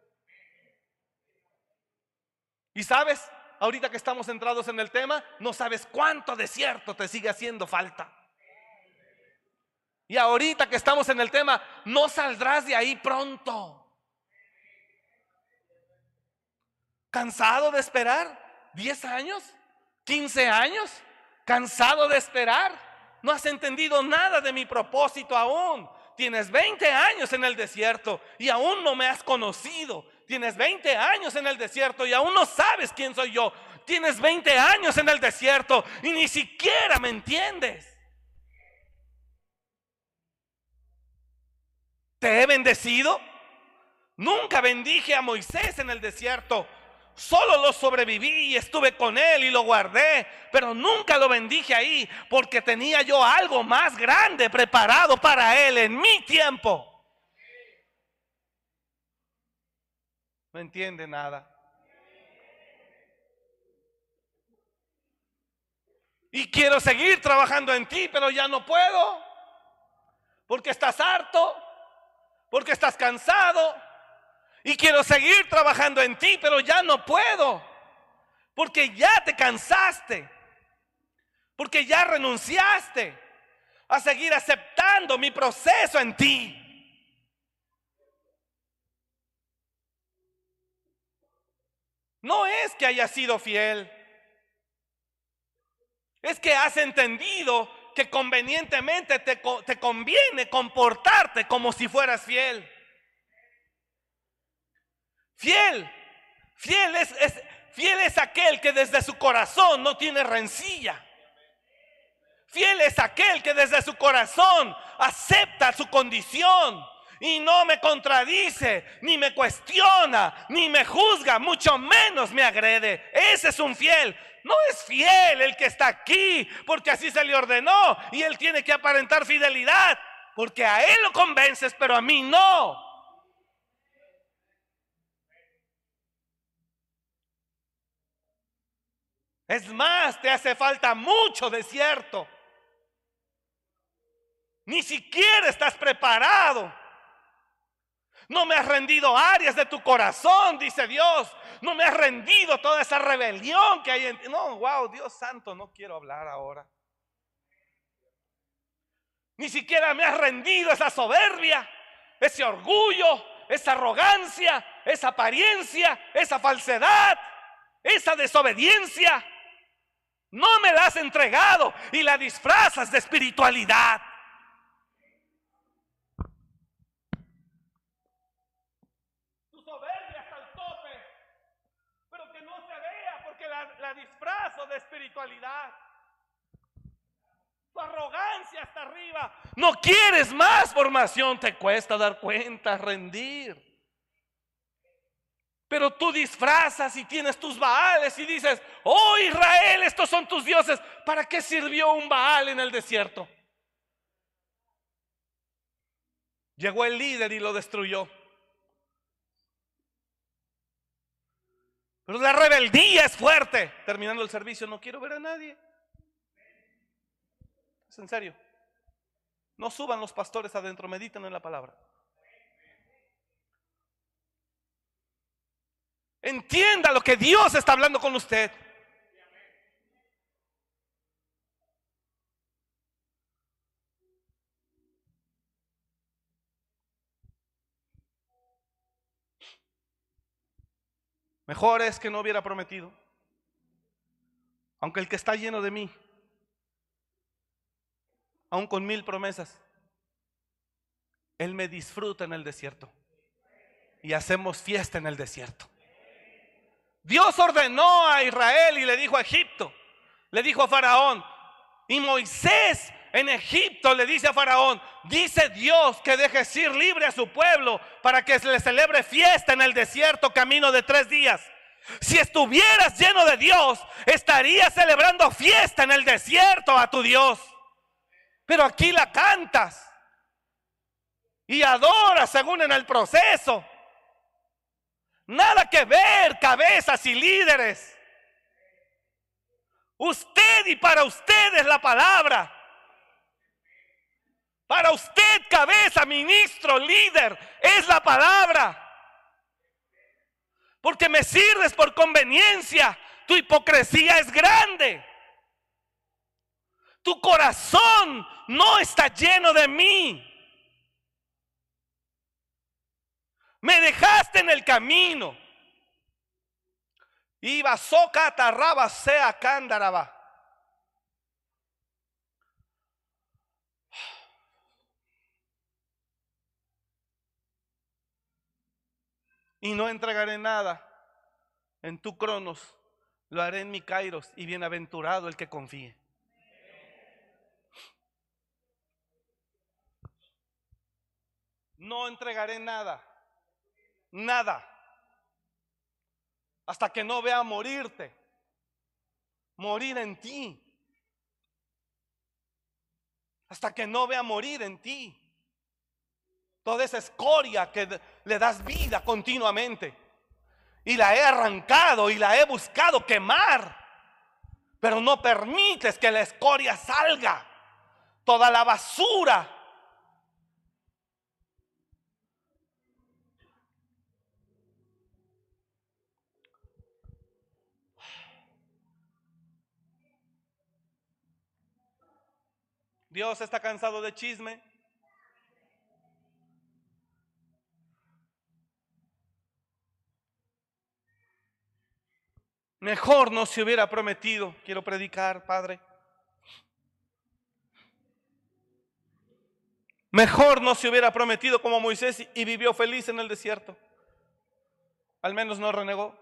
Y sabes, ahorita que estamos centrados en el tema, no sabes cuánto desierto te sigue haciendo falta. Y ahorita que estamos en el tema, no saldrás de ahí pronto. ¿Cansado de esperar? ¿diez años? ¿quince años? ¿Cansado de esperar? No has entendido nada de mi propósito aún. Tienes veinte años en el desierto y aún no me has conocido. Tienes veinte años en el desierto y aún no sabes quién soy yo. Tienes veinte años en el desierto y ni siquiera me entiendes. ¿Te he bendecido? Nunca bendije a Moisés en el desierto. Solo lo sobreviví y estuve con él y lo guardé, pero nunca lo bendije ahí porque tenía yo algo más grande preparado para él en mi tiempo. No entiende nada. Y quiero seguir trabajando en ti, pero ya no puedo. Porque estás harto, porque estás cansado. Y quiero seguir trabajando en ti, pero ya no puedo. Porque ya te cansaste. Porque ya renunciaste a seguir aceptando mi proceso en ti. No es que hayas sido fiel. Es que has entendido que convenientemente te, te conviene comportarte como si fueras fiel. Fiel, fiel es, es, fiel es aquel que desde su corazón no tiene rencilla. Fiel es aquel que desde su corazón acepta su condición y no me contradice, ni me cuestiona, ni me juzga, mucho menos me agrede. Ese es un fiel. No es fiel el que está aquí porque así se le ordenó y él tiene que aparentar fidelidad porque a él lo convences, pero a mí no. Es más, te hace falta mucho desierto. Ni siquiera estás preparado. No me has rendido áreas de tu corazón, dice Dios. No me has rendido toda esa rebelión que hay en ti. No, wow, Dios santo, no quiero hablar ahora. Ni siquiera me has rendido esa soberbia, ese orgullo, esa arrogancia, esa apariencia, esa falsedad, esa desobediencia. No me la has entregado y la disfrazas de espiritualidad. Tu soberbia hasta el tope, pero que no se vea porque la, la disfrazo de espiritualidad. Tu arrogancia hasta arriba. No quieres más formación, te cuesta dar cuenta, rendir. Pero tú disfrazas y tienes tus Baales y dices: oh Israel, estos son tus dioses. ¿Para qué sirvió un Baal en el desierto? Llegó el líder y lo destruyó. Pero la rebeldía es fuerte. Terminando el servicio, no quiero ver a nadie. Es en serio. No suban los pastores adentro, mediten en la palabra. Entienda lo que Dios está hablando con usted. Mejor es que no hubiera prometido. Aunque el que está lleno de mí, aun con mil promesas, Él me disfruta en el desierto. Y hacemos fiesta en el desierto. Dios ordenó a Israel y le dijo a Egipto, le dijo a Faraón, y Moisés en Egipto le dice a Faraón: dice Dios que dejes ir libre a su pueblo para que se le celebre fiesta en el desierto, camino de tres días. Si estuvieras lleno de Dios, estarías celebrando fiesta en el desierto a tu Dios. Pero aquí la cantas y adoras según en el proceso. Nada que ver, cabezas y líderes. Usted y para usted es la palabra. Para usted, cabeza, ministro, líder, es la palabra. Porque me sirves por conveniencia. Tu hipocresía es grande. Tu corazón no está lleno de mí. Me dejaste en el camino. Iba soca tarraba sea cándaraba. y no entregaré nada en tu cronos, lo haré en mi kairos, y bienaventurado el que confíe. No entregaré nada, nada, hasta que no vea morirte, morir en ti, hasta que no vea morir en ti toda esa escoria que le das vida continuamente. Y la he arrancado y la he buscado quemar, pero no permites que la escoria salga, toda la basura. Dios está cansado de chisme. Mejor no se hubiera prometido. Quiero predicar, Padre. Mejor no se hubiera prometido como Moisés y vivió feliz en el desierto. Al menos no renegó.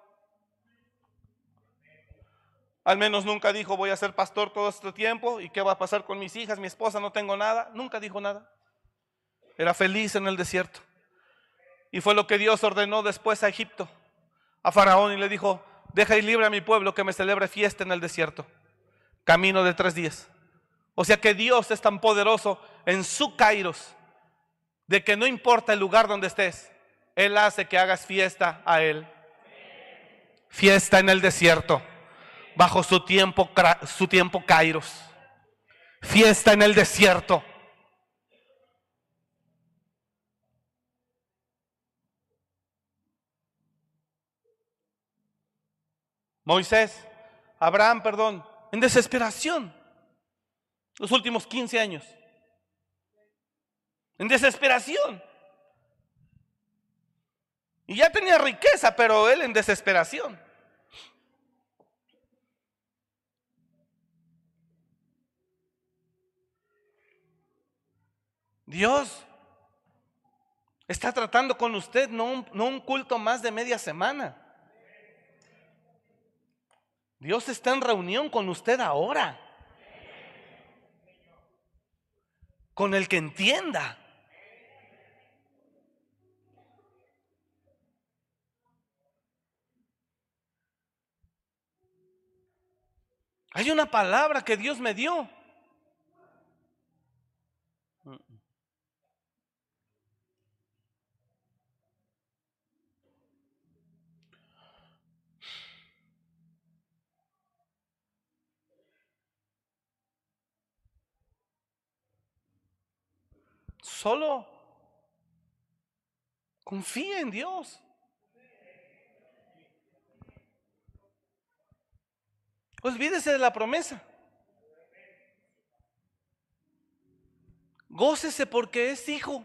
Al menos nunca dijo voy a ser pastor todo este tiempo y qué va a pasar con mis hijas, mi esposa, no tengo nada. Nunca dijo nada. Era feliz en el desierto. Y fue lo que Dios ordenó después a Egipto, a Faraón, y le dijo: deja ir libre a mi pueblo que me celebre fiesta en el desierto, camino de tres días. O sea que Dios es tan poderoso en su kairos, de que no importa el lugar donde estés, Él hace que hagas fiesta a Él. Fiesta en el desierto, bajo su tiempo, su tiempo kairos. Fiesta en el desierto. Moisés, Abraham, perdón, en desesperación, los últimos quince años, en desesperación. Y ya tenía riqueza, pero él en desesperación. Dios está tratando con usted, no un, no un culto más de media semana. Dios está en reunión con usted ahora, con el que entienda. Hay una palabra que Dios me dio. Solo confía en Dios. Olvídese de la promesa. Gócese porque es hijo.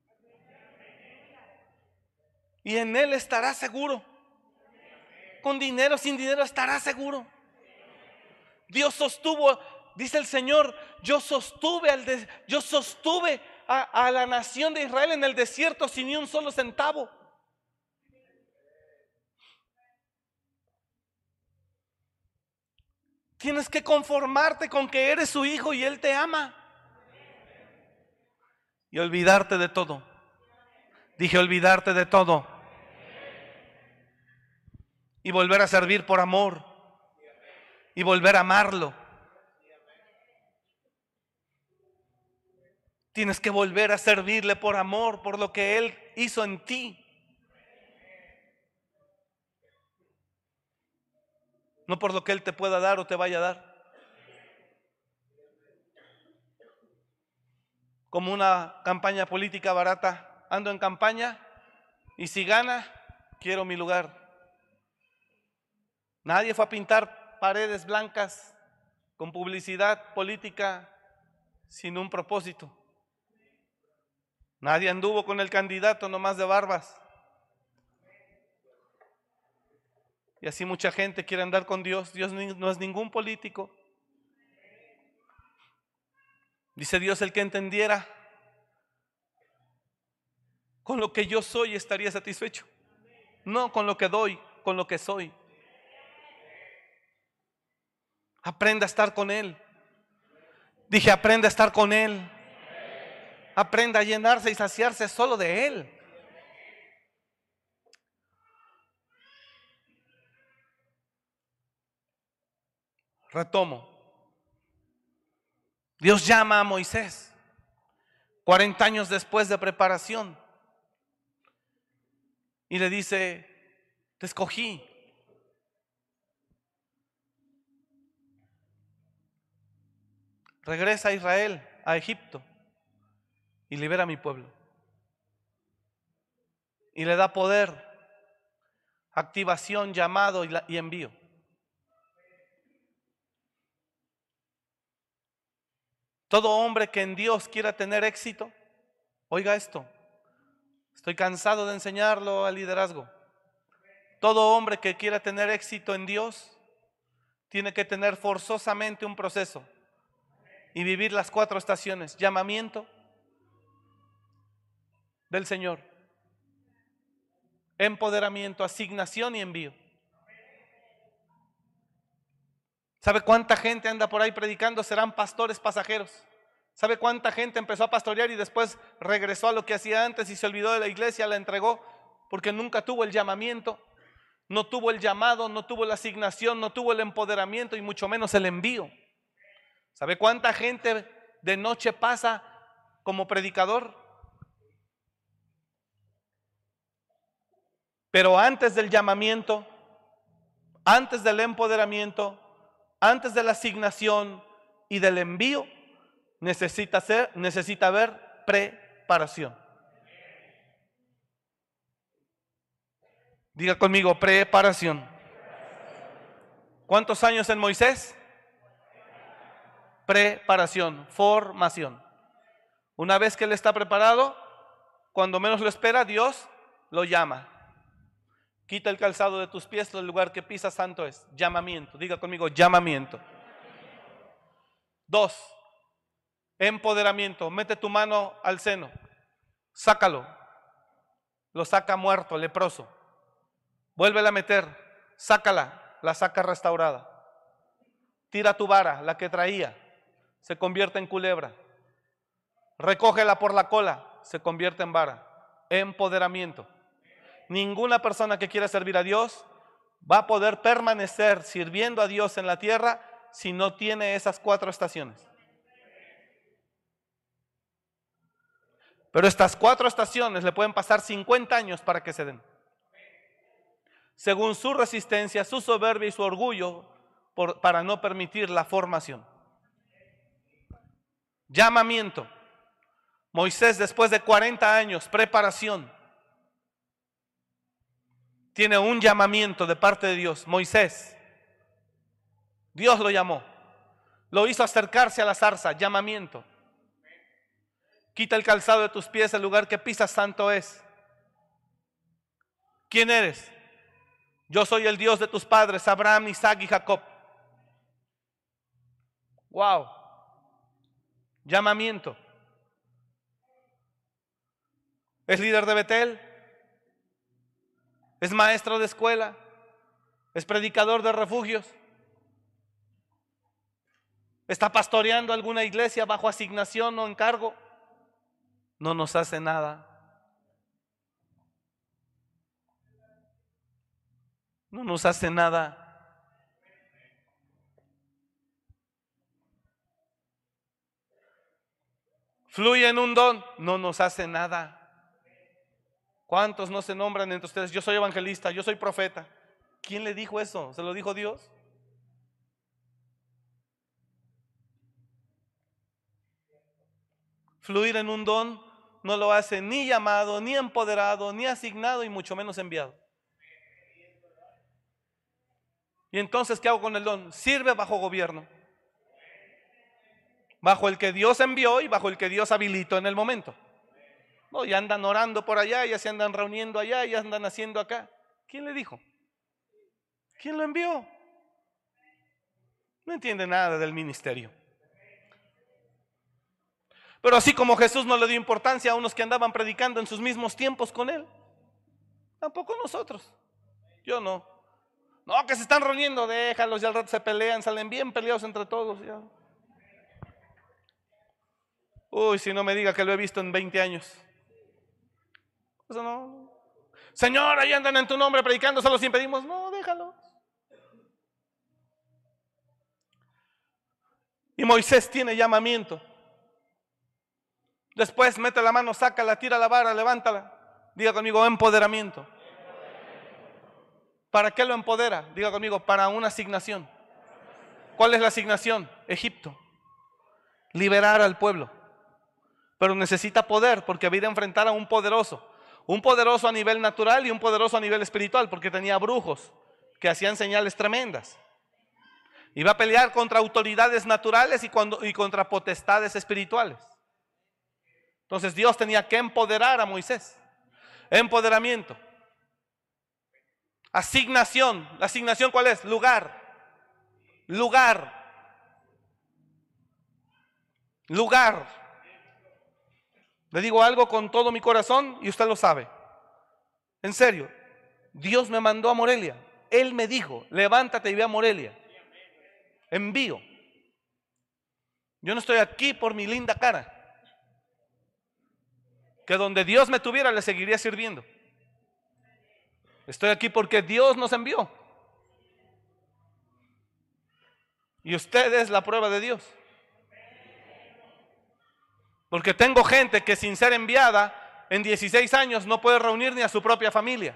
Y en Él estará seguro. Con dinero, sin dinero, estará seguro. Dios sostuvo, dice el Señor, yo sostuve, al de, yo sostuve a, a la nación de Israel en el desierto sin ni un solo centavo. Tienes que conformarte con que eres su hijo y Él te ama. Y olvidarte de todo. Dije olvidarte de todo. Y volver a servir por amor. Y volver a amarlo. Tienes que volver a servirle por amor, por lo que Él hizo en ti. No por lo que Él te pueda dar o te vaya a dar. Como una campaña política barata. Ando en campaña y si gana, quiero mi lugar. Nadie fue a pintar paredes blancas con publicidad política sin un propósito. Nadie anduvo con el candidato nomás de barbas. Y así mucha gente quiere andar con Dios. Dios no es ningún político. Dice Dios, el que entendiera con lo que yo soy estaría satisfecho. no con lo que doy, con lo que soy. Aprenda a estar con Él. Dije, aprenda a estar con Él. Aprenda a llenarse y saciarse solo de Él. Retomo. Dios llama a Moisés cuarenta años después de preparación y le dice, te escogí. Regresa a Israel, a Egipto, y libera a mi pueblo. Y le da poder, activación, llamado y, la, y envío. Todo hombre que en Dios quiera tener éxito, oiga esto, estoy cansado de enseñarlo al liderazgo. Todo hombre que quiera tener éxito en Dios tiene que tener forzosamente un proceso y vivir las cuatro estaciones: llamamiento del Señor, empoderamiento, asignación y envío. ¿Sabe cuánta gente anda por ahí predicando? Serán pastores pasajeros. ¿Sabe cuánta gente empezó a pastorear y después regresó a lo que hacía antes y se olvidó de la iglesia, la entregó porque nunca tuvo el llamamiento, no tuvo el llamado, no tuvo la asignación, no tuvo el empoderamiento y mucho menos el envío? ¿Sabe cuánta gente de noche pasa como predicador? Pero antes del llamamiento, antes del empoderamiento, antes de la asignación y del envío, necesita ser, necesita haber preparación. Diga conmigo, preparación. ¿Cuántos años en Moisés? Preparación, formación. Una vez que él está preparado, cuando menos lo espera, Dios lo llama. Quita el calzado de tus pies, el lugar que pisas santo es. Llamamiento. Diga conmigo, llamamiento. Dos, empoderamiento. Mete tu mano al seno. Sácalo. Lo saca muerto, leproso. Vuélvela a meter. Sácala. La saca restaurada. Tira tu vara, la que traía. Se convierte en culebra. Recógela por la cola. Se convierte en vara. Empoderamiento. Ninguna persona que quiera servir a Dios va a poder permanecer sirviendo a Dios en la tierra si no tiene esas cuatro estaciones. Pero estas cuatro estaciones le pueden pasar cincuenta años para que se den. Según su resistencia, su soberbia y su orgullo por, para no permitir la formación. Llamamiento. Moisés, después de cuarenta años, preparación, tiene un llamamiento de parte de Dios. Moisés, Dios lo llamó, lo hizo acercarse a la zarza. Llamamiento. Quita el calzado de tus pies, el lugar que pisas santo es. ¿Quién eres? Yo soy el Dios de tus padres, Abraham, Isaac y Jacob. Wow. Llamamiento. ¿Es líder de Betel? ¿Es maestro de escuela? ¿Es predicador de refugios? ¿Está pastoreando alguna iglesia bajo asignación o encargo? No nos hace nada. No nos hace nada. Fluye en un don, no nos hace nada. ¿Cuántos no se nombran entre ustedes? Yo soy evangelista, yo soy profeta. ¿Quién le dijo eso? ¿Se lo dijo Dios? Fluir en un don no lo hace ni llamado, ni empoderado, ni asignado y mucho menos enviado. ¿Y entonces qué hago con el don? Sirve bajo gobierno. Bajo el que Dios envió y bajo el que Dios habilitó en el momento. No, ya andan orando por allá, ya se andan reuniendo allá, ya andan haciendo acá. ¿Quién le dijo? ¿Quién lo envió? No entiende nada del ministerio. Pero así como Jesús no le dio importancia a unos que andaban predicando en sus mismos tiempos con él, Tampoco nosotros. Yo no. No, que se están reuniendo, déjalos, ya al rato se pelean, salen bien peleados entre todos. Ya. Uy, si no me diga que lo he visto en veinte años. Eso no. Señor, ahí andan en tu nombre predicando, solo si impedimos. No, déjalo. Y Moisés tiene llamamiento. Después mete la mano, sácala, tira la vara, levántala. Diga conmigo, empoderamiento. ¿Para qué lo empodera? Diga conmigo, para una asignación. ¿Cuál es la asignación? Egipto. Liberar al pueblo. Pero necesita poder porque había de enfrentar a un poderoso. Un poderoso a nivel natural y un poderoso a nivel espiritual, porque tenía brujos que hacían señales tremendas. Iba a pelear contra autoridades naturales y, cuando, y contra potestades espirituales. Entonces Dios tenía que empoderar a Moisés. Empoderamiento. Asignación. ¿La asignación cuál es? Lugar. Lugar. Lugar. Le digo algo con todo mi corazón y usted lo sabe. En serio, Dios me mandó a Morelia. Él me dijo, levántate y ve a Morelia. Envío. Yo no estoy aquí por mi linda cara. Que donde Dios me tuviera le seguiría sirviendo. Estoy aquí porque Dios nos envió. Y usted es la prueba de Dios. Porque tengo gente que sin ser enviada en dieciséis años no puede reunir ni a su propia familia.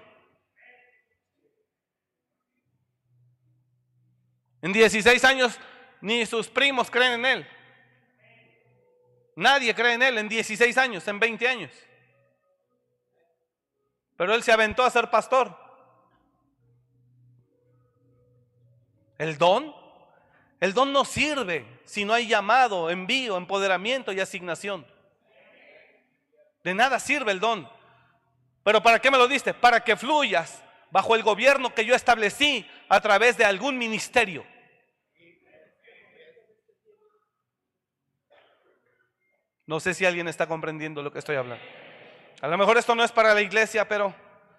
En dieciséis años ni sus primos creen en él. Nadie cree en él en dieciséis años, en veinte años. Pero él se aventó a ser pastor. El don, el don no sirve si no hay llamado, envío, empoderamiento y asignación. De nada sirve el don. Pero ¿para qué me lo diste? Para que fluyas bajo el gobierno que yo establecí a través de algún ministerio. No sé si alguien está comprendiendo lo que estoy hablando. A lo mejor esto no es para la iglesia, pero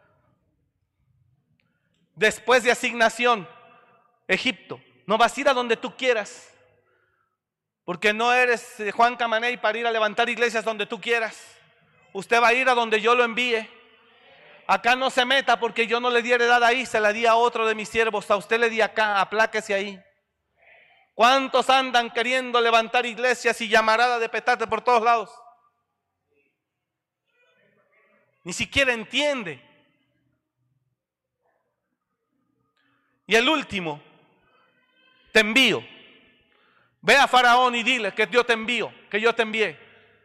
después de asignación, Egipto, no vas a ir a donde tú quieras, porque no eres Juan Camaney para ir a levantar iglesias donde tú quieras. Usted va a ir a donde yo lo envíe. Acá no se meta porque yo no le di heredad ahí, se la di a otro de mis siervos. A usted le di acá, apláquese ahí. ¿Cuántos andan queriendo levantar iglesias y llamarada de petate por todos lados? Ni siquiera entiende. Y el último, te envío. Ve a Faraón y dile que yo te envío, que yo te envié.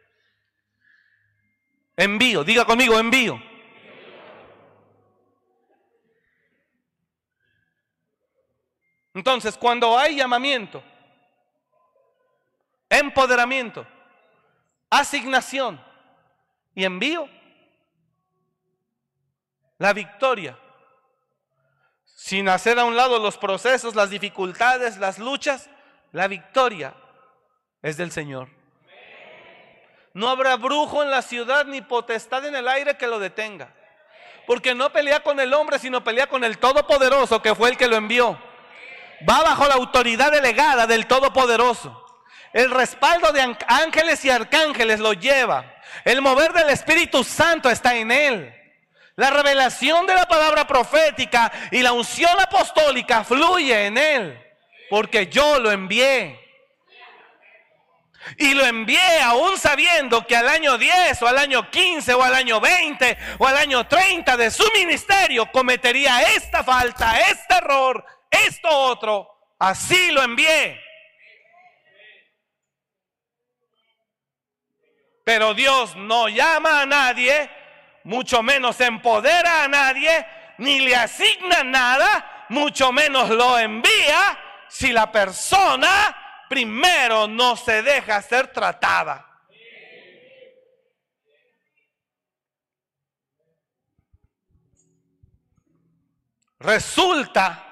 Envío, diga conmigo, envío. Entonces, cuando hay llamamiento, empoderamiento, asignación y envío, la victoria, sin hacer a un lado los procesos, las dificultades, las luchas, la victoria es del Señor. No habrá brujo en la ciudad ni potestad en el aire que lo detenga, porque no pelea con el hombre, sino pelea con el Todopoderoso, que fue el que lo envió. Va bajo la autoridad delegada del Todopoderoso. El respaldo de ángeles y arcángeles lo lleva. El mover del Espíritu Santo está en él. La revelación de la palabra profética y la unción apostólica fluye en él, porque yo lo envié. Y lo envié aún sabiendo que al año diez o al año quince o al año veinte o al año treinta de su ministerio cometería esta falta, este error, esto otro. Así lo envié. Pero Dios no llama a nadie, mucho menos empodera a nadie, ni le asigna nada, mucho menos lo envía, si la persona primero no se deja ser tratada. Resulta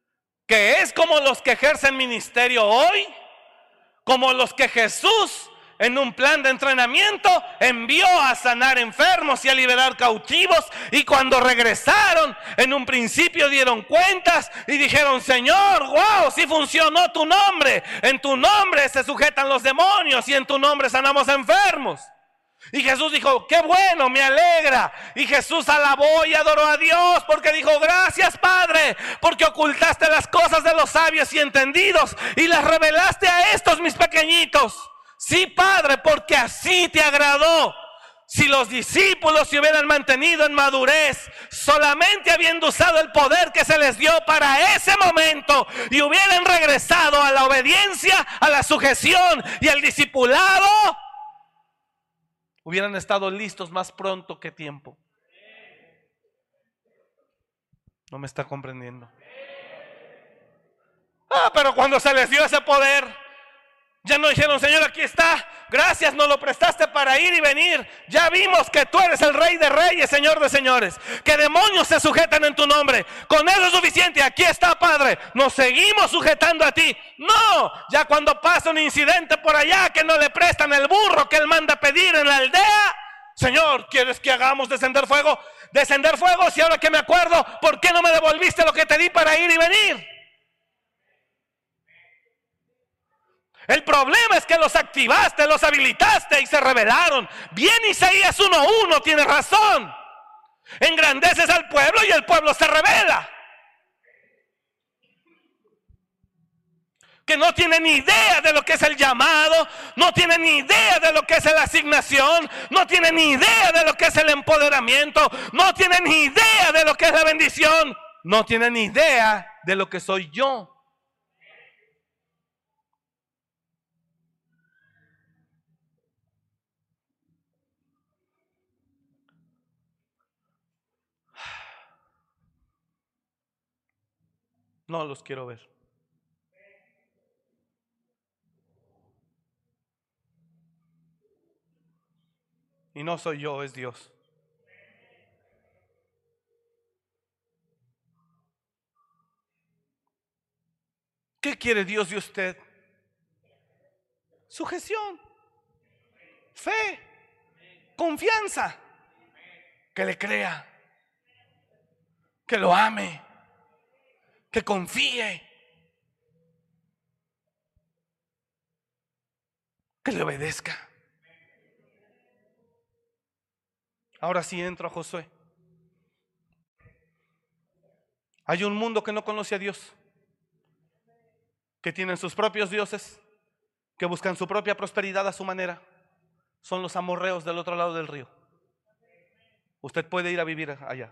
que es como los que ejercen ministerio hoy, como los que Jesús en un plan de entrenamiento, envió a sanar enfermos y a liberar cautivos. Y cuando regresaron, en un principio dieron cuentas y dijeron: Señor, wow, sí funcionó tu nombre. En tu nombre se sujetan los demonios y en tu nombre sanamos enfermos. Y Jesús dijo: qué bueno, me alegra. Y Jesús alabó y adoró a Dios, porque dijo: gracias, Padre, porque ocultaste las cosas de los sabios y entendidos y las revelaste a estos mis pequeñitos. Sí, Padre, porque así te agradó. Si los discípulos se hubieran mantenido en madurez, solamente habiendo usado el poder que se les dio para ese momento, y hubieran regresado a la obediencia, a la sujeción y al discipulado, hubieran estado listos más pronto que tiempo. No me está comprendiendo. Ah, pero cuando se les dio ese poder, ya no dijeron: Señor, aquí está, gracias, nos lo prestaste para ir y venir. Ya vimos que tú eres el Rey de Reyes, Señor de Señores, que demonios se sujetan en tu nombre. Con eso es suficiente, aquí está, Padre, nos seguimos sujetando a ti. No, ya cuando pasa un incidente por allá, que no le prestan el burro que él manda a pedir en la aldea: Señor, ¿quieres que hagamos descender fuego? Descender fuego, si ahora que me acuerdo, ¿por qué no me devolviste lo que te di para ir y venir? El problema es que los activaste, los habilitaste y se rebelaron. Bien, Isaías uno uno tiene razón. Engrandeces al pueblo y el pueblo se rebela. Que no tienen ni idea de lo que es el llamado, no tienen ni idea de lo que es la asignación, no tienen ni idea de lo que es el empoderamiento, no tienen ni idea de lo que es la bendición, no tienen ni idea de lo que soy yo. No los quiero ver. Y no soy yo, es Dios. ¿Qué quiere Dios de usted? Sujeción, fe, confianza, que le crea, que lo ame, que confíe, que le obedezca. Ahora sí entro a Josué. Hay un mundo que no conoce a Dios, que tienen sus propios dioses, que buscan su propia prosperidad a su manera. Son los amorreos del otro lado del río. Usted puede ir a vivir allá.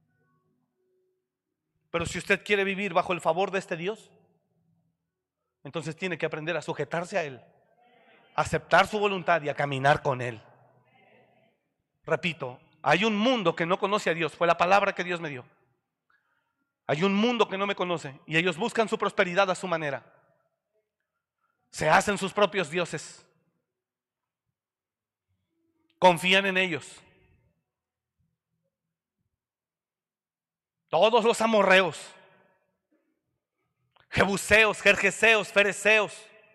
Pero si usted quiere vivir bajo el favor de este Dios, entonces tiene que aprender a sujetarse a Él, a aceptar su voluntad y a caminar con Él. Repito, hay un mundo que no conoce a Dios. Fue la palabra que Dios me dio. Hay un mundo que no me conoce y ellos buscan su prosperidad a su manera. Se hacen sus propios dioses. Confían en ellos. Todos los amorreos, jebuseos, gergeseos, fereceos,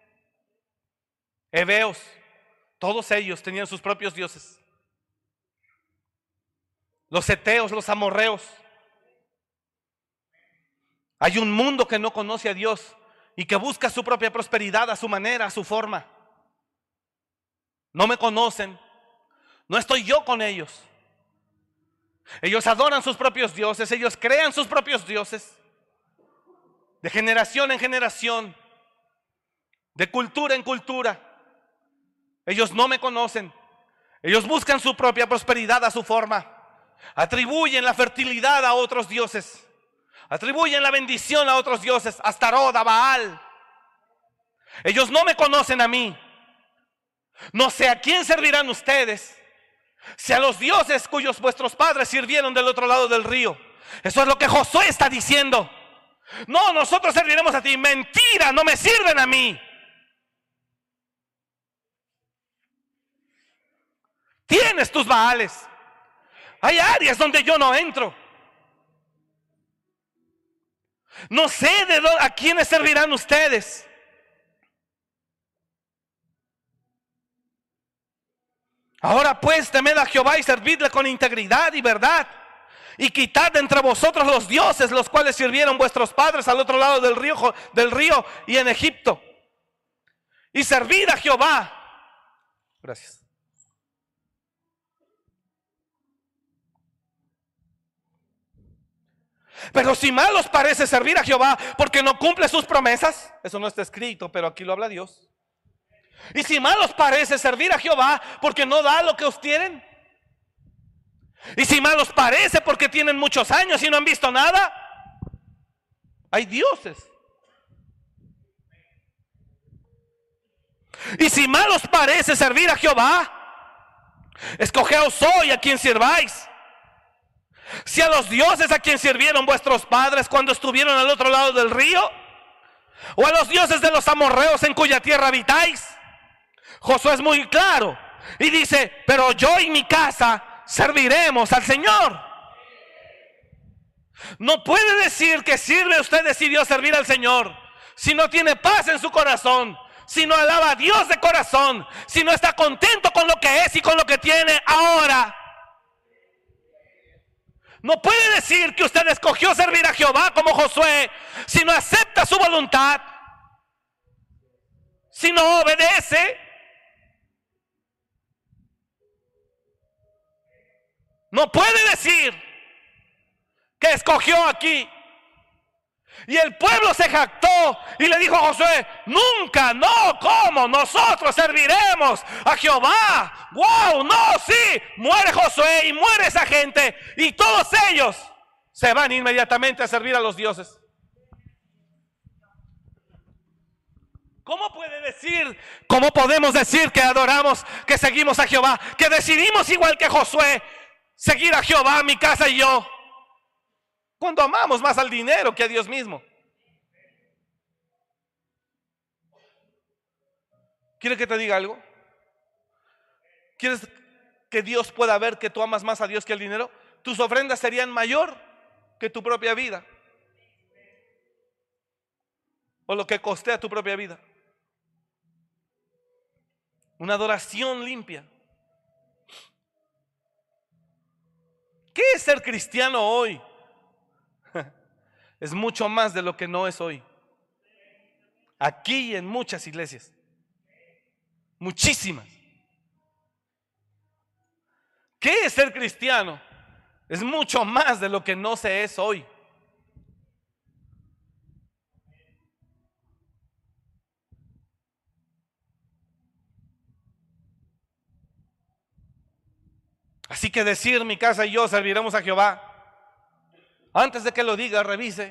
heveos, todos ellos tenían sus propios dioses. Los heteos, los amorreos. Hay un mundo que no conoce a Dios y que busca su propia prosperidad a su manera, a su forma. No me conocen, no estoy yo con ellos. Ellos adoran sus propios dioses, ellos crean sus propios dioses. De generación en generación, de cultura en cultura. Ellos no me conocen. Ellos buscan su propia prosperidad a su forma. Atribuyen la fertilidad a otros dioses. Atribuyen la bendición a otros dioses, a Astarot, a Baal. Ellos no me conocen a mí. No sé a quién servirán ustedes. Si a los dioses cuyos vuestros padres sirvieron del otro lado del río. Eso es lo que Josué está diciendo. No, nosotros serviremos a ti. Mentira, no me sirven a mí. Tienes tus Baales. Hay áreas donde yo no entro. No sé de dónde, a quiénes servirán ustedes. Ahora pues temed a Jehová y servidle con integridad y verdad, y quitad de entre vosotros los dioses, los cuales sirvieron vuestros padres al otro lado del río, del río y en Egipto, y servid a Jehová. Gracias. Pero si mal os parece servir a Jehová porque no cumple sus promesas, eso no está escrito, pero aquí lo habla Dios. Y si mal os parece servir a Jehová porque no da lo que os tienen, y si mal os parece porque tienen muchos años y no han visto nada, hay dioses. Y si mal os parece servir a Jehová, escogeos hoy a quien sirváis. Si a los dioses a quien sirvieron vuestros padres cuando estuvieron al otro lado del río, o a los dioses de los amorreos en cuya tierra habitáis. Josué es muy claro y dice: pero yo y mi casa serviremos al Señor. No puede decir que sirve, usted decidió servir al Señor, si no tiene paz en su corazón, si no alaba a Dios de corazón, si no está contento con lo que es y con lo que tiene ahora. No puede decir que usted escogió servir a Jehová como Josué si no acepta su voluntad, si no obedece. No puede decir que escogió aquí. Y el pueblo se jactó y le dijo a Josué: nunca, no, ¿cómo? Nosotros serviremos a Jehová. ¡Wow! No, sí. Muere Josué y muere esa gente, y todos ellos se van inmediatamente a servir a los dioses. ¿Cómo puede decir, cómo podemos decir que adoramos, que seguimos a Jehová, que decidimos igual que Josué seguir a Jehová, mi casa y yo, cuando amamos más al dinero que a Dios mismo? ¿Quieres que te diga algo? ¿Quieres que Dios pueda ver que tú amas más a Dios que al dinero? Tus ofrendas serían mayor que tu propia vida, o lo que costea tu propia vida. Una adoración limpia. ¿Qué es ser cristiano hoy? Es mucho más de lo que no es hoy. Aquí y en muchas iglesias, muchísimas. ¿Qué es ser cristiano? Es mucho más de lo que no se es hoy. Así que decir: mi casa y yo serviremos a Jehová, antes de que lo diga, revise.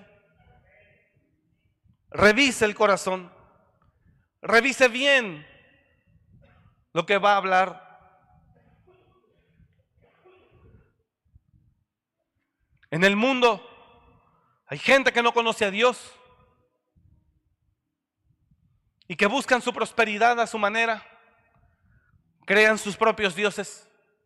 Revise el corazón. Revise bien lo que va a hablar. En el mundo hay gente que no conoce a Dios y que buscan su prosperidad a su manera. Crean sus propios dioses.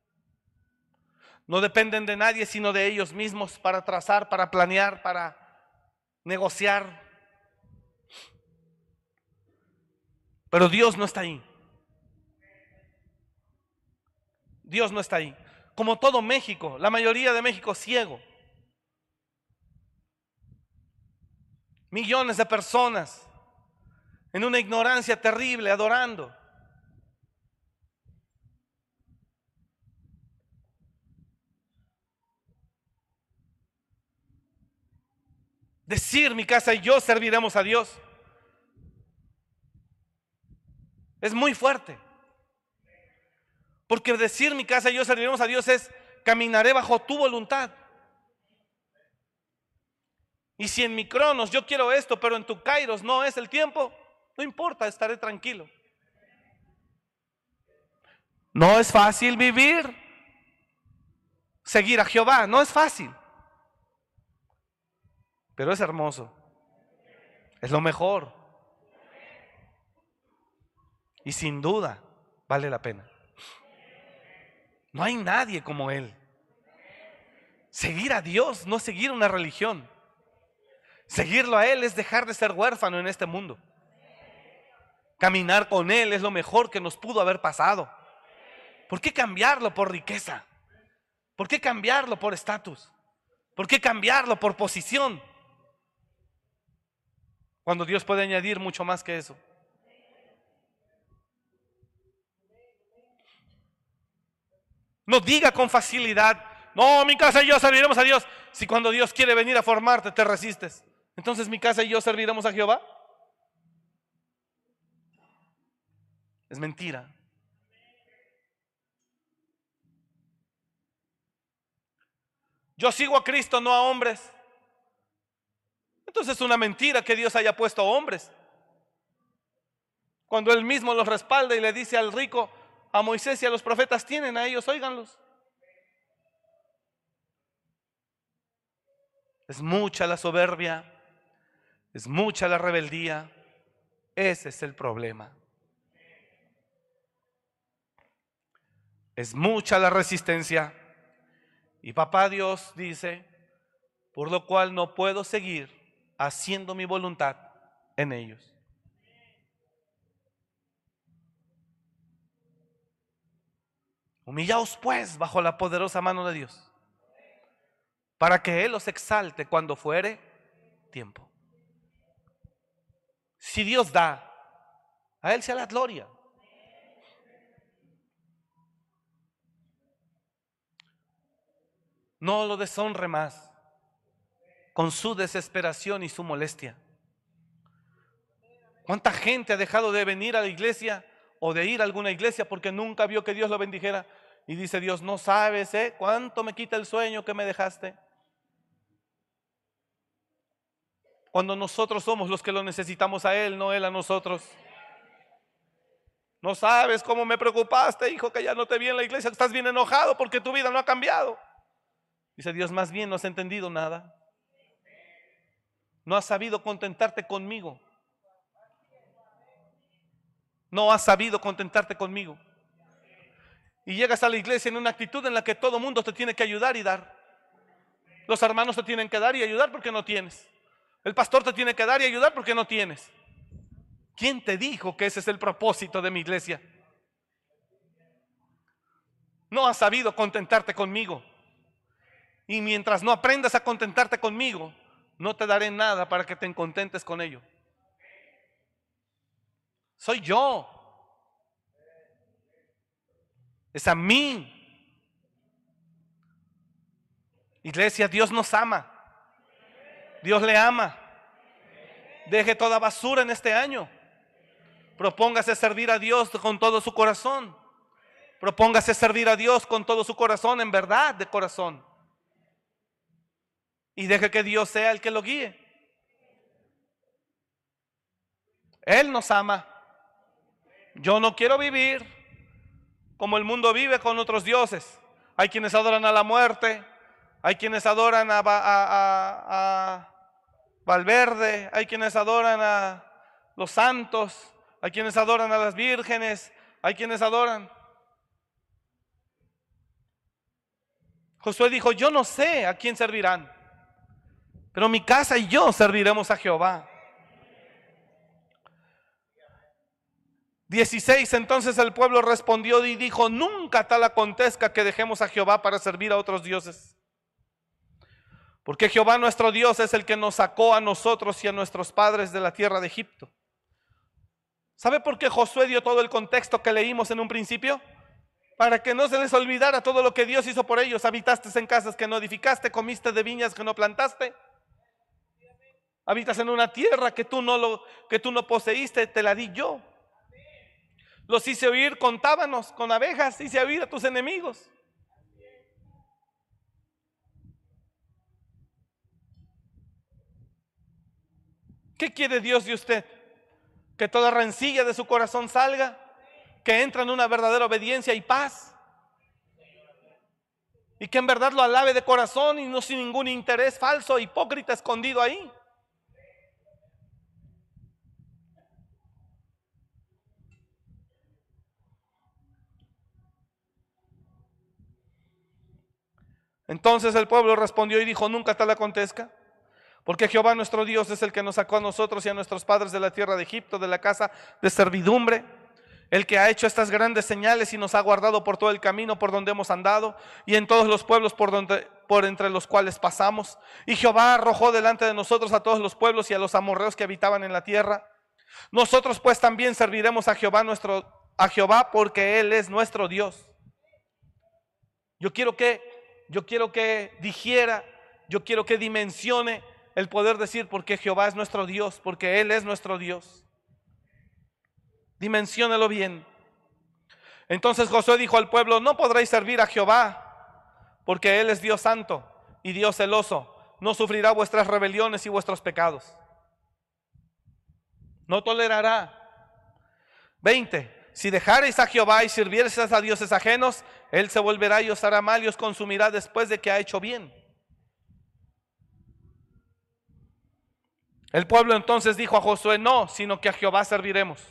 No dependen de nadie sino de ellos mismos para trazar, para planear, para negociar. Pero Dios no está ahí. Dios no está ahí. Como todo México, la mayoría de México ciego. Millones de personas en una ignorancia terrible adorando. Decir: mi casa y yo serviremos a Dios, es muy fuerte. Porque decir: mi casa y yo serviremos a Dios es: caminaré bajo tu voluntad. Y si en mi cronos yo quiero esto, pero en tu kairos no es el tiempo, no importa, estaré tranquilo. No es fácil vivir, seguir a Jehová, no es fácil. Pero es hermoso. Es lo mejor. Y sin duda vale la pena. No hay nadie como Él. Seguir a Dios no es seguir una religión. Seguirlo a Él es dejar de ser huérfano en este mundo. Caminar con Él es lo mejor que nos pudo haber pasado. ¿Por qué cambiarlo por riqueza? ¿Por qué cambiarlo por estatus? ¿Por qué cambiarlo por posición? Cuando Dios puede añadir mucho más que eso. No diga con facilidad, no, mi casa y yo serviremos a Dios. Si cuando Dios quiere venir a formarte te resistes, entonces mi casa y yo serviremos a Jehová. Es mentira. Yo sigo a Cristo, no a hombres. Entonces es una mentira que Dios haya puesto a hombres, cuando Él mismo los respalda y le dice al rico, a Moisés y a los profetas, tienen a ellos, óiganlos. Es mucha la soberbia, es mucha la rebeldía. Ese es el problema. Es mucha la resistencia. Y papá Dios dice, por lo cual no puedo seguir haciendo mi voluntad en ellos. Humillaos pues bajo la poderosa mano de Dios, para que Él os exalte cuando fuere tiempo. Si Dios da, a Él sea la gloria. No lo deshonre más con su desesperación y su molestia. ¿Cuánta gente ha dejado de venir a la iglesia o de ir a alguna iglesia porque nunca vio que Dios lo bendijera? Y dice Dios, no sabes, ¿eh? ¿Cuánto me quita el sueño que me dejaste? Cuando nosotros somos los que lo necesitamos a Él, no Él a nosotros. No sabes cómo me preocupaste, hijo, que ya no te vi en la iglesia, estás bien enojado porque tu vida no ha cambiado. Dice Dios, más bien no has entendido nada. No has sabido contentarte conmigo. No has sabido contentarte conmigo. Y llegas a la iglesia en una actitud en la que todo mundo te tiene que ayudar y dar. Los hermanos te tienen que dar y ayudar porque no tienes. El pastor te tiene que dar y ayudar porque no tienes. ¿Quién te dijo que ese es el propósito de mi iglesia? No has sabido contentarte conmigo. Y mientras no aprendas a contentarte conmigo, no te daré nada para que te contentes con ello. Soy yo. Es a mí. Iglesia, Dios nos ama. Dios le ama. Deje toda basura en este año. Propóngase servir a Dios con todo su corazón. Propóngase servir a Dios con todo su corazón, en verdad, de corazón. Y deje que Dios sea el que lo guíe. Él nos ama. Yo no quiero vivir como el mundo vive con otros dioses. Hay quienes adoran a la muerte. Hay quienes adoran a, a, a, a Valverde. Hay quienes adoran a los santos. Hay quienes adoran a las vírgenes. Hay quienes adoran. Josué dijo, yo no sé a quién servirán, pero mi casa y yo serviremos a Jehová. dieciséis. Entonces el pueblo respondió y dijo, nunca tal acontezca que dejemos a Jehová para servir a otros dioses. Porque Jehová nuestro Dios es el que nos sacó a nosotros y a nuestros padres de la tierra de Egipto. ¿Sabe por qué Josué dio todo el contexto que leímos en un principio? Para que no se les olvidara todo lo que Dios hizo por ellos. Habitaste en casas que no edificaste, comiste de viñas que no plantaste. Habitas en una tierra que tú no, lo, que tú no poseíste, te la di yo. Los hice oír con tábanos, con abejas, hice oír a tus enemigos. ¿Qué quiere Dios de usted? Que toda rencilla de su corazón salga, que entre en una verdadera obediencia y paz, y que en verdad lo alabe de corazón y no sin ningún interés falso, hipócrita, escondido ahí. Entonces el pueblo respondió y dijo, nunca tal acontezca, porque Jehová nuestro Dios es el que nos sacó a nosotros y a nuestros padres de la tierra de Egipto, de la casa de servidumbre. el que ha hecho estas grandes señales y nos ha guardado por todo el camino por donde hemos andado y en todos los pueblos por, donde, por entre los cuales pasamos. Y Jehová arrojó delante de nosotros a todos los pueblos y a los amorreos que habitaban en la tierra. Nosotros pues también serviremos a Jehová, nuestro, a Jehová porque Él es nuestro Dios. Yo quiero que, yo quiero que digiera, yo quiero que dimensione el poder decir porque Jehová es nuestro Dios, porque Él es nuestro Dios. Dimensiónelo bien. Entonces Josué dijo al pueblo: no podréis servir a Jehová, porque Él es Dios santo y Dios celoso. No sufrirá vuestras rebeliones y vuestros pecados. No tolerará. veinte. Si dejareis a Jehová y sirviereis a dioses ajenos, Él se volverá y os hará mal y os consumirá después de que ha hecho bien. El pueblo entonces dijo a Josué: no, sino que a Jehová serviremos.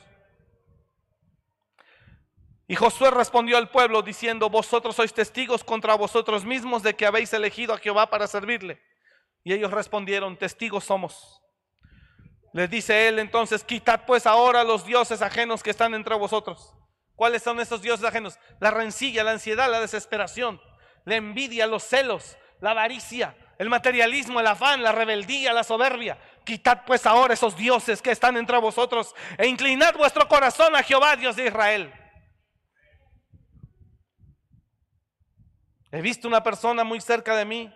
Y Josué respondió al pueblo diciendo: vosotros sois testigos contra vosotros mismos de que habéis elegido a Jehová para servirle. Y ellos respondieron: testigos somos. Les dice él entonces: quitad pues ahora los dioses ajenos que están entre vosotros. ¿Cuáles son esos dioses ajenos? La rencilla, la ansiedad, la desesperación, la envidia, los celos, la avaricia, el materialismo, el afán, la rebeldía, la soberbia. Quitad pues ahora esos dioses que están entre vosotros e inclinad vuestro corazón a Jehová, Dios de Israel. He visto una persona muy cerca de mí,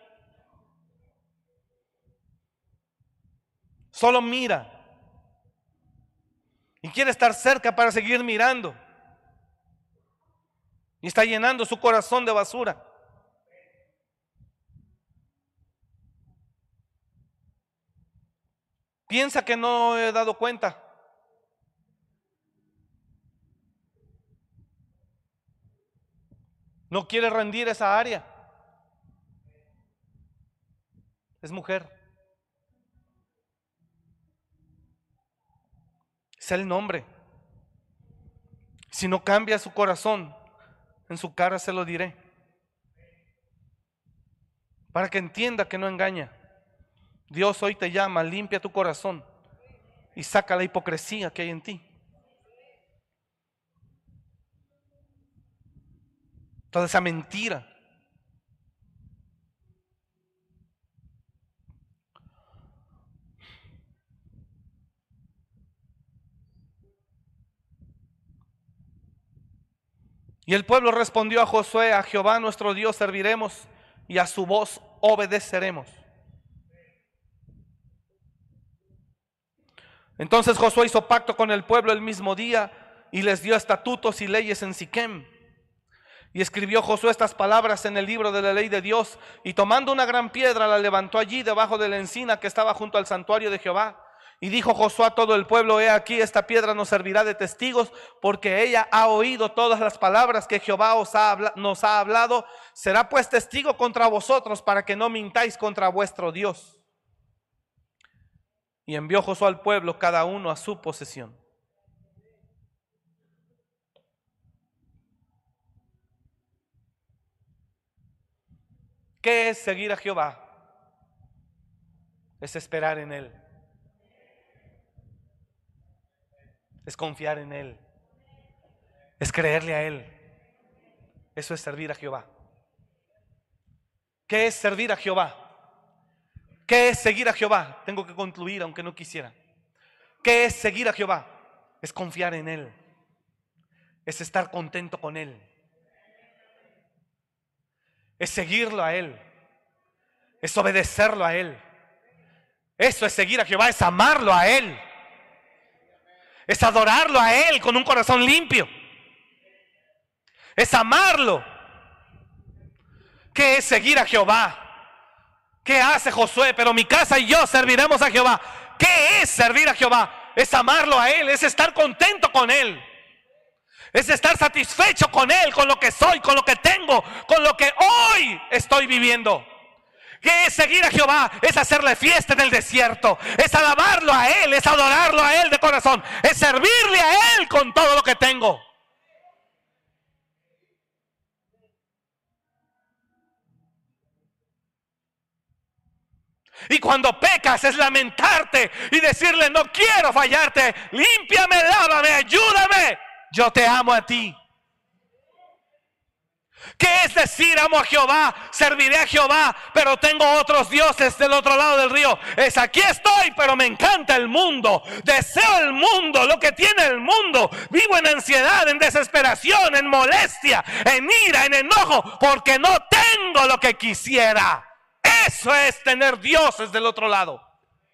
solo mira y quiere estar cerca para seguir mirando y está llenando su corazón de basura. Piensa que no he dado cuenta. No quiere rendir esa área. Es mujer. Es el nombre. Si no cambia su corazón, en su cara se lo diré. Para que entienda que no engaña. Dios hoy te llama: limpia tu corazón y saca la hipocresía que hay en ti. Toda esa mentira. Y el pueblo respondió a Josué: a Jehová nuestro Dios serviremos y a su voz obedeceremos. Entonces Josué hizo pacto con el pueblo el mismo día y les dio estatutos y leyes en Siquem. Y escribió Josué estas palabras en el libro de la ley de Dios, y tomando una gran piedra la levantó allí debajo de la encina que estaba junto al santuario de Jehová. Y dijo Josué a todo el pueblo: he aquí, esta piedra nos servirá de testigos, porque ella ha oído todas las palabras que Jehová os ha, nos ha hablado. Será pues testigo contra vosotros, para que no mintáis contra vuestro Dios. Y envió Josué al pueblo, cada uno a su posesión. ¿Qué es seguir a Jehová? Es esperar en Él. Es confiar en Él. Es creerle a Él. Eso es servir a Jehová. ¿Qué es servir a Jehová? ¿Qué es seguir a Jehová? Tengo que concluir aunque no quisiera. ¿Qué es seguir a Jehová? Es confiar en Él. Es estar contento con Él. Es seguirlo a Él. Es obedecerlo a Él. Eso es seguir a Jehová, es amarlo a Él. Es adorarlo a Él con un corazón limpio. Es amarlo. ¿Qué es seguir a Jehová? ¿Qué hace Josué? Pero mi casa y yo serviremos a Jehová. ¿Qué es servir a Jehová? Es amarlo a Él, es estar contento con Él. Es estar satisfecho con Él, con lo que soy, con lo que tengo, con lo que hoy estoy viviendo. ¿Qué es seguir a Jehová? Es hacerle fiesta en el desierto. Es alabarlo a Él, es adorarlo a Él de corazón. Es servirle a Él con todo lo que tengo. Y cuando pecas es lamentarte y decirle: no quiero fallarte, límpiame, lávame, ayúdame. yo te amo a ti. ¿Qué es decir amo a Jehová? Serviré a Jehová, pero tengo otros dioses del otro lado del río. Es aquí estoy, pero me encanta el mundo. Deseo el mundo, lo que tiene el mundo. Vivo en ansiedad, en desesperación, en molestia, en ira, en enojo, porque no tengo lo que quisiera. Eso es tener dioses del otro lado.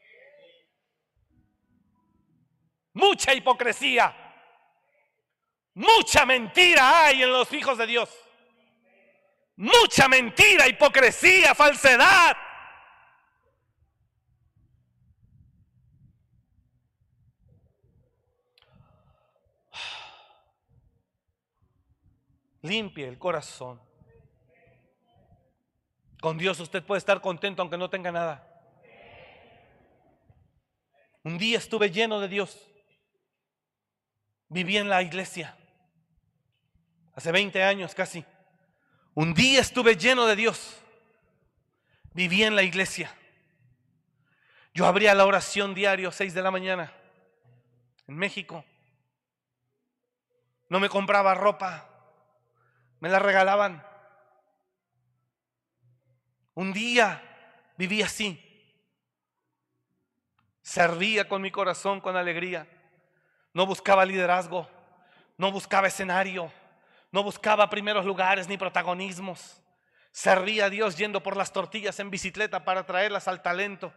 Mucha hipocresía, mucha mentira hay en los hijos de Dios. Mucha mentira, hipocresía, falsedad. Limpie el corazón. Con Dios usted puede estar contento aunque no tenga nada. Un día estuve lleno de Dios. Viví en la iglesia. Hace veinte años casi. Un día estuve lleno de Dios. Viví en la iglesia. Yo abría la oración diario, seis de la mañana, en México. No me compraba ropa, me la regalaban. Un día viví así. Servía con mi corazón, con alegría. No buscaba liderazgo, no buscaba escenario. No buscaba primeros lugares ni protagonismos. Servía a Dios yendo por las tortillas en bicicleta para traerlas al talento.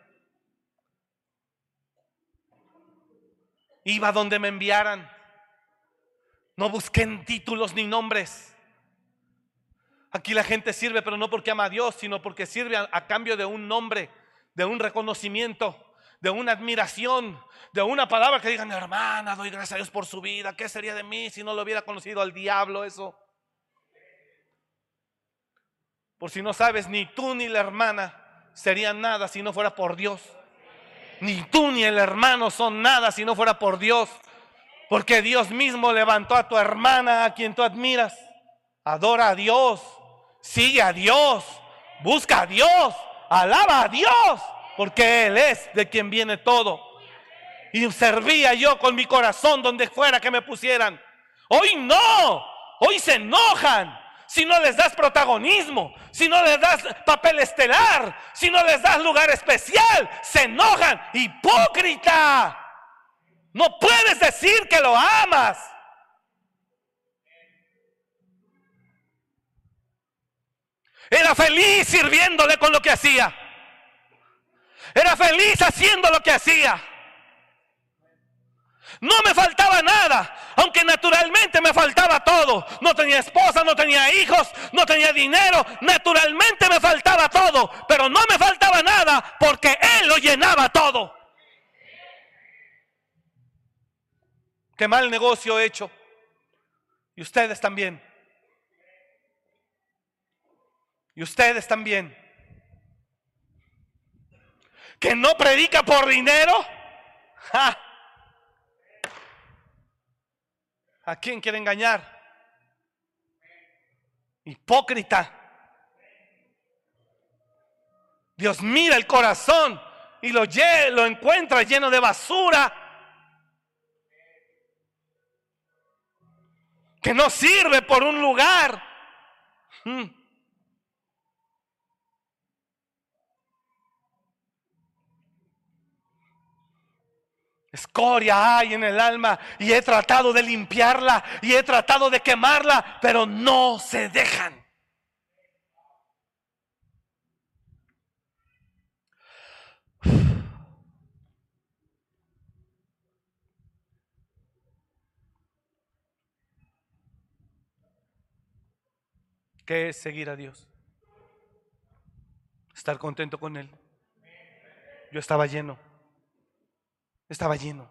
Iba donde me enviaran. No busqué en títulos ni nombres. Aquí la gente sirve, pero no porque ama a Dios, sino porque sirve a, a cambio de un nombre, de un reconocimiento, de una admiración, de una palabra que digan: hermana, doy gracias a Dios por su vida. ¿Qué sería de mí si no lo hubiera conocido al diablo? Eso. Por si no sabes, ni tú ni la hermana serían nada si no fuera por Dios. Ni tú ni el hermano son nada si no fuera por Dios. Porque Dios mismo levantó a tu hermana, a quien tú admiras. Adora a Dios, sigue a Dios, busca a Dios, alaba a Dios, porque Él es de quien viene todo. Y servía yo con mi corazón donde fuera que me pusieran. Hoy no, hoy se enojan si no les das protagonismo, si no les das papel estelar, si no les das lugar especial. Se enojan. Hipócrita, no puedes decir que lo amas. Era feliz sirviéndole con lo que hacía. Era feliz haciendo lo que hacía. No me faltaba nada, aunque naturalmente me faltaba todo. No tenía esposa, no tenía hijos, no tenía dinero. Naturalmente me faltaba todo, pero no me faltaba nada porque Él lo llenaba todo. Qué mal negocio he hecho. Y ustedes también. Y ustedes también. Que no predica por dinero. ¡Ja! ¿A quién quiere engañar? Hipócrita. Dios mira el corazón y lo, lo encuentra lleno de basura. Que no sirve por un lugar. Hmm. Escoria hay en el alma y he tratado de limpiarla y he tratado de quemarla, pero no se dejan. ¿Qué es seguir a Dios? Estar contento con Él. Yo estaba lleno. Estaba lleno.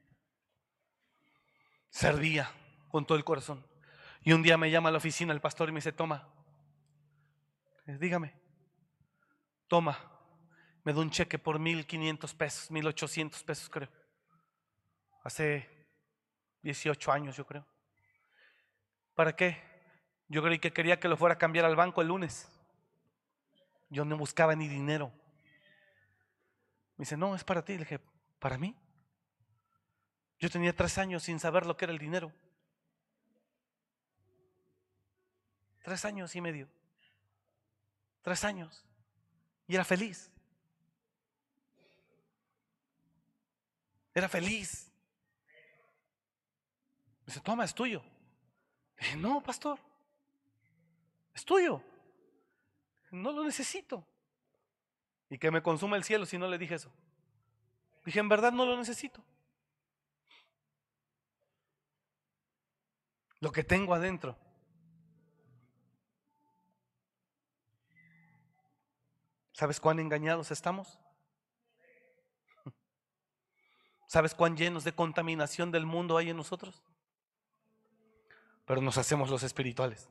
Servía con todo el corazón. Y un día me llama a la oficina el pastor y me dice: toma, dígame, toma. Me da un cheque por mil quinientos pesos, mil ochocientos pesos creo. Hace dieciocho años yo creo. ¿Para qué? Yo creí que quería que lo fuera a cambiar al banco el lunes. Yo no buscaba ni dinero. Me dice: no, es para ti. Le dije: ¿para mí? Yo tenía tres años sin saber lo que era el dinero. tres años y medio. Tres años. Y era feliz. Era feliz. Dice, toma, es tuyo. Dije, no, pastor, es tuyo. No lo necesito. Y que me consuma el cielo si no le dije eso. Dije, en verdad no lo necesito. Lo que tengo adentro. ¿Sabes cuán engañados estamos? ¿Sabes cuán llenos de contaminación del mundo hay en nosotros? Pero nos hacemos los espirituales.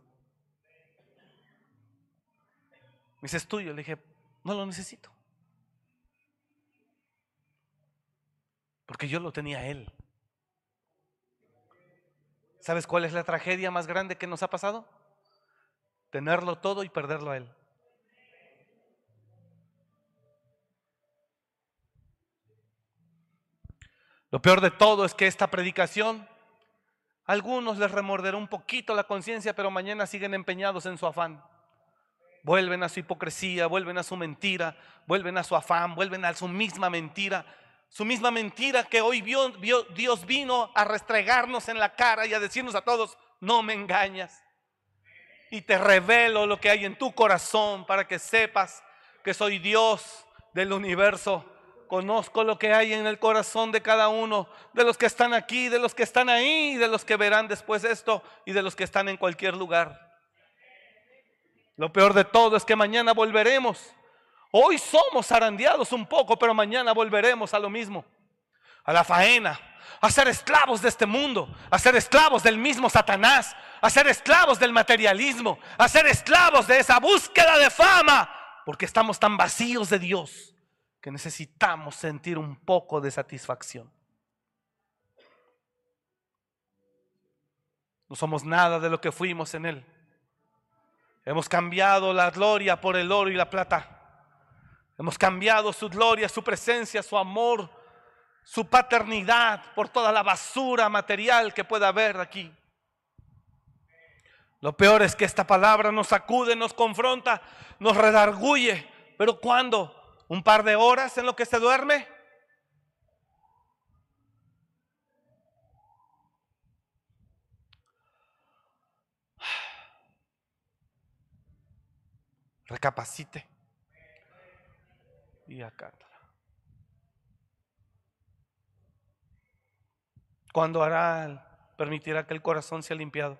Me dice, es tuyo. Le dije, no lo necesito. Porque yo lo tenía a Él. ¿Sabes cuál es la tragedia más grande que nos ha pasado? Tenerlo todo y perderlo a Él. Lo peor de todo es que esta predicación, a algunos les remorderá un poquito la conciencia, pero mañana siguen empeñados en su afán. Vuelven a su hipocresía, vuelven a su mentira, vuelven a su afán, vuelven a su misma mentira. Su misma mentira que hoy vio, vio, Dios vino a restregarnos en la cara y a decirnos a todos, no me engañas. Y te revelo lo que hay en tu corazón para que sepas que soy Dios del universo. Conozco lo que hay en el corazón de cada uno, de los que están aquí, de los que están ahí, de los que verán después esto y de los que están en cualquier lugar. Lo peor de todo es que mañana volveremos. Hoy somos zarandeados un poco, pero mañana volveremos a lo mismo, a la faena, a ser esclavos de este mundo, a ser esclavos del mismo Satanás, a ser esclavos del materialismo, a ser esclavos de esa búsqueda de fama, porque estamos tan vacíos de Dios que necesitamos sentir un poco de satisfacción. No somos nada de lo que fuimos en Él. Hemos cambiado la gloria por el oro y la plata. Hemos cambiado su gloria, su presencia, su amor, su paternidad por toda la basura material que pueda haber aquí. Lo peor es que esta palabra nos sacude, nos confronta, nos redarguye. ¿Pero cuándo? ¿Un par de horas en lo que se duerme? Recapacite. Y acá. ¿Cuándo hará, permitirá que el corazón sea limpiado?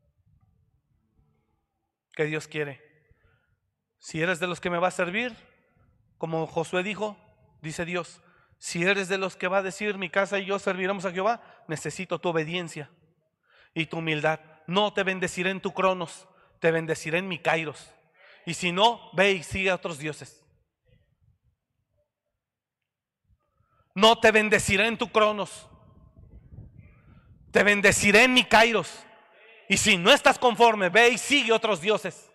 ¿Qué Dios quiere? Si eres de los que me va a servir, como Josué dijo, dice Dios, si eres de los que va a decir mi casa y yo serviremos a Jehová, necesito tu obediencia y tu humildad. No te bendeciré en tu cronos, te bendeciré en mi kairos. Y si no, ve y sigue a otros dioses. No te bendeciré en tu cronos, te bendeciré en mi kairos. Y si no estás conforme, ve y sigue otros dioses.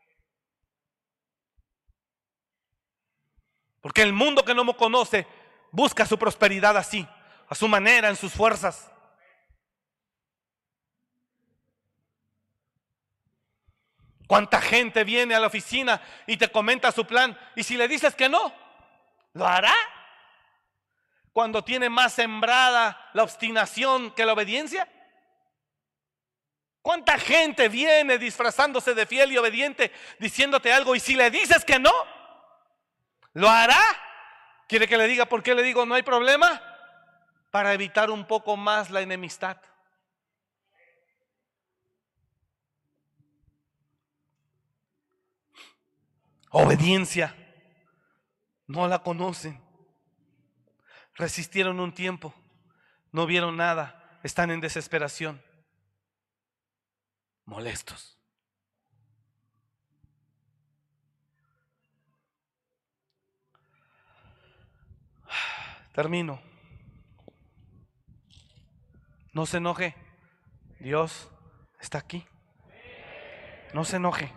Porque el mundo que no me conoce busca su prosperidad así, a su manera, en sus fuerzas. ¿Cuánta gente viene a la oficina y te comenta su plan? Y si le dices que no, ¿lo hará? Cuando tiene más sembrada la obstinación que la obediencia. ¿Cuánta gente viene disfrazándose de fiel y obediente diciéndote algo y si le dices que no, ¿lo hará? ¿Quiere que le diga por qué le digo no hay problema? Para evitar un poco más la enemistad. Obediencia. No la conocen. Resistieron un tiempo, no vieron nada, están en desesperación, molestos. Termino. No se enoje, Dios está aquí. No se enoje.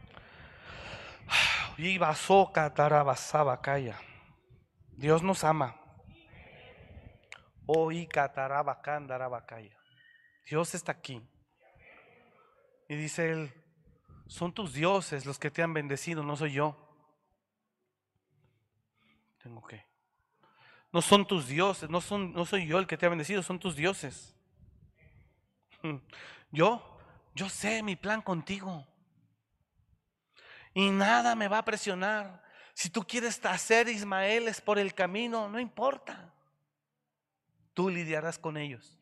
Dios nos ama. Dios está aquí. Y dice Él, Son tus dioses los que te han bendecido, no soy yo. Tengo que. No son tus dioses, no, son, no soy yo el que te ha bendecido, son tus dioses. Yo, yo sé mi plan contigo. Y nada me va a presionar. Si tú quieres hacer Ismaeles por el camino, no importa. Tú lidiarás con ellos.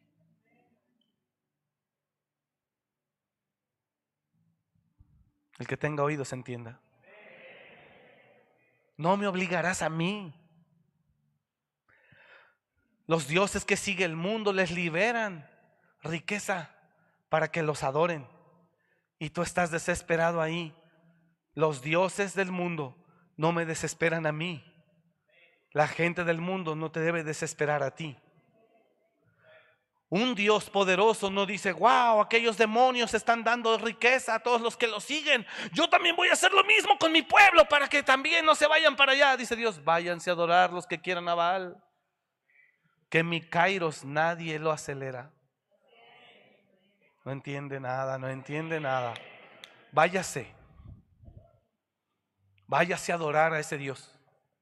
El que tenga oídos entienda. No me obligarás a mí. Los dioses que sigue el mundo les liberan riqueza para que los adoren. Y tú estás desesperado ahí. Los dioses del mundo no me desesperan a mí. La gente del mundo no te debe desesperar a ti. Un Dios poderoso no dice: wow, aquellos demonios están dando riqueza a todos los que lo siguen. Yo también voy a hacer lo mismo con mi pueblo para que también no se vayan para allá. Dice Dios: váyanse a adorar los que quieran a Baal. Que mi Kairos nadie lo acelera. No entiende nada, no entiende nada. Váyase. Váyase a adorar a ese Dios.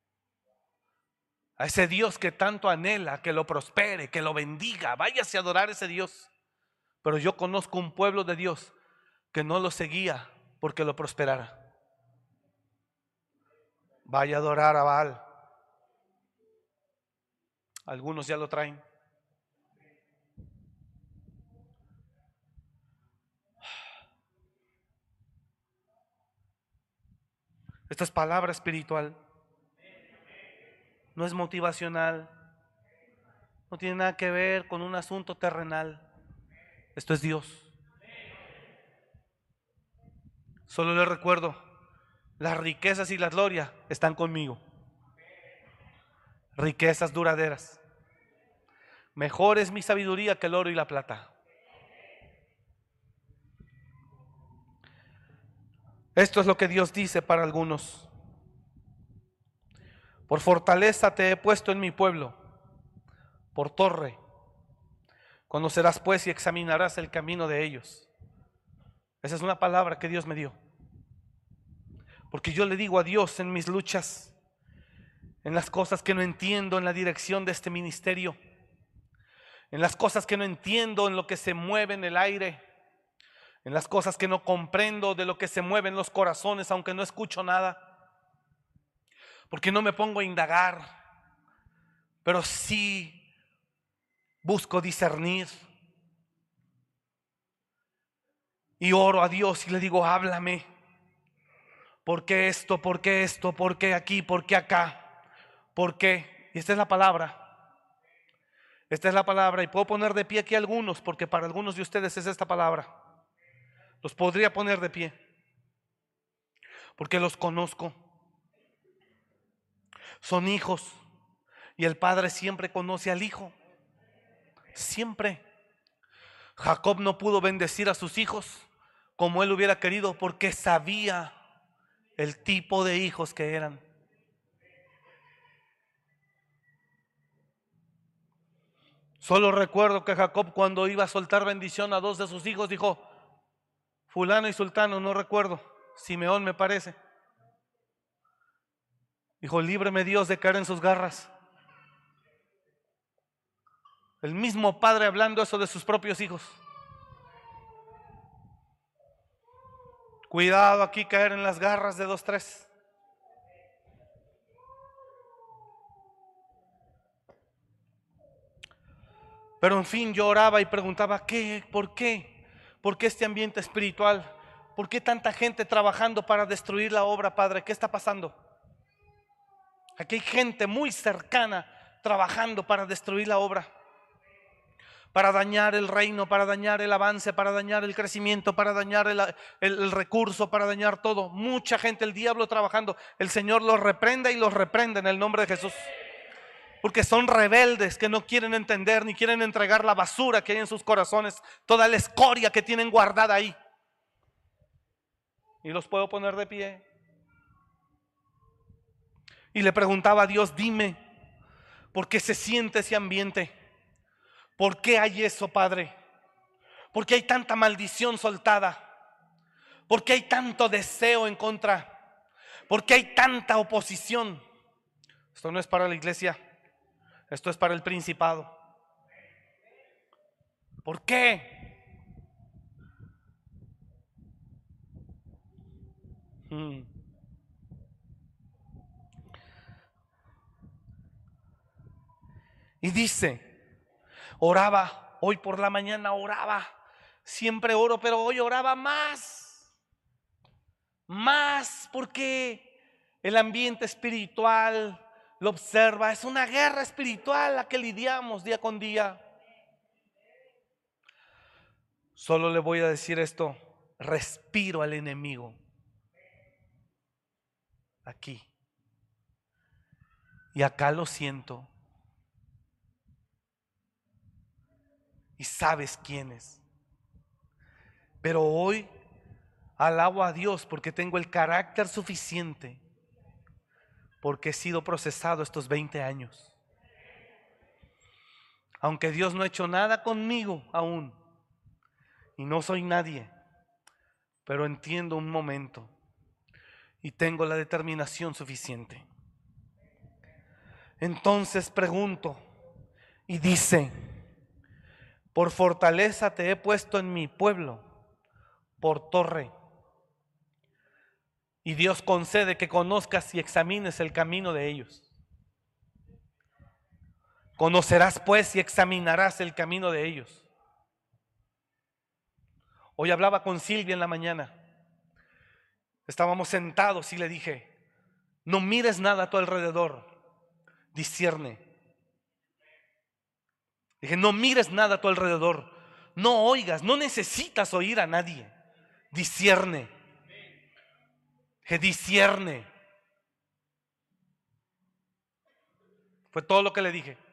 A ese Dios que tanto anhela que lo prospere, que lo bendiga. Váyase a adorar a ese Dios. Pero yo conozco un pueblo de Dios que no lo seguía porque lo prosperara. Vaya a adorar a Baal. Algunos ya lo traen. Esta es palabra espiritual. No es motivacional. No tiene nada que ver con un asunto terrenal. Esto es Dios. Solo le recuerdo: las riquezas y la gloria están conmigo. Riquezas duraderas. Mejor es mi sabiduría que el oro y la plata. Esto es lo que Dios dice para algunos: por fortaleza te he puesto en mi pueblo, por torre. Conocerás pues y examinarás el camino de ellos. Esa es una palabra que Dios me dio. Porque yo le digo a Dios en mis luchas, en las cosas que no entiendo en la dirección de este ministerio, en las cosas que no entiendo en lo que se mueve en el aire, en las cosas que no comprendo de lo que se mueve en los corazones, aunque no escucho nada. Porque no me pongo a indagar, pero sí busco discernir. Y oro a Dios y le digo: háblame. ¿Por qué esto? ¿Por qué esto? ¿Por qué aquí? ¿Por qué acá? ¿Por qué? Y esta es la palabra. Esta es la palabra. Y puedo poner de pie aquí algunos, porque para algunos de ustedes es esta palabra. Los podría poner de pie, porque los conozco. Son hijos. Y el padre siempre conoce al hijo. Siempre. Jacob no pudo bendecir a sus hijos como él hubiera querido, porque sabía el tipo de hijos que eran. Solo recuerdo que Jacob, cuando iba a soltar bendición a dos de sus hijos, dijo: fulano y sultano, no recuerdo, Simeón me parece. Dijo: líbreme Dios de caer en sus garras. El mismo padre hablando eso de sus propios hijos. Cuidado aquí caer en las garras de dos, tres. Pero en fin, yo oraba y preguntaba: ¿qué? ¿Por qué? ¿Por qué este ambiente espiritual? ¿Por qué tanta gente trabajando para destruir la obra, Padre? ¿Qué está pasando? Aquí hay gente muy cercana trabajando para destruir la obra, para dañar el reino, para dañar el avance, para dañar el crecimiento, para dañar el, el, el recurso, para dañar todo. Mucha gente, el diablo trabajando. El Señor los reprenda y los reprende en el nombre de Jesús. Porque son rebeldes que no quieren entender ni quieren entregar la basura que hay en sus corazones, toda la escoria que tienen guardada ahí. Y los puedo poner de pie. Y le preguntaba a Dios: dime, ¿por qué se siente ese ambiente? ¿Por qué hay eso, Padre? ¿Por qué hay tanta maldición soltada? ¿Por qué hay tanto deseo en contra? ¿Por qué hay tanta oposición? Esto no es para la iglesia, esto es para el principado. ¿Por qué? Hmm. Y dice, oraba, hoy por la mañana oraba, siempre oro, pero hoy oraba más, más porque el ambiente espiritual lo observa, es una guerra espiritual la que lidiamos día con día. Solo le voy a decir esto, respiro al enemigo aquí y acá lo siento. Y sabes quién es. Pero hoy alabo a Dios porque tengo el carácter suficiente, porque he sido procesado estos veinte años. Aunque Dios no ha hecho nada conmigo aún, y no soy nadie, pero entiendo un momento y tengo la determinación suficiente. Entonces pregunto y dice, por fortaleza te he puesto en mi pueblo, por torre. Y Dios concede que conozcas y examines el camino de ellos. Conocerás pues y examinarás el camino de ellos. Hoy hablaba con Silvia en la mañana. Estábamos sentados y le dije, no mires nada a tu alrededor, discierne. Dije, no mires nada a tu alrededor, no oigas, no necesitas oír a nadie, discierne. Dije, discierne. Fue todo lo que le dije.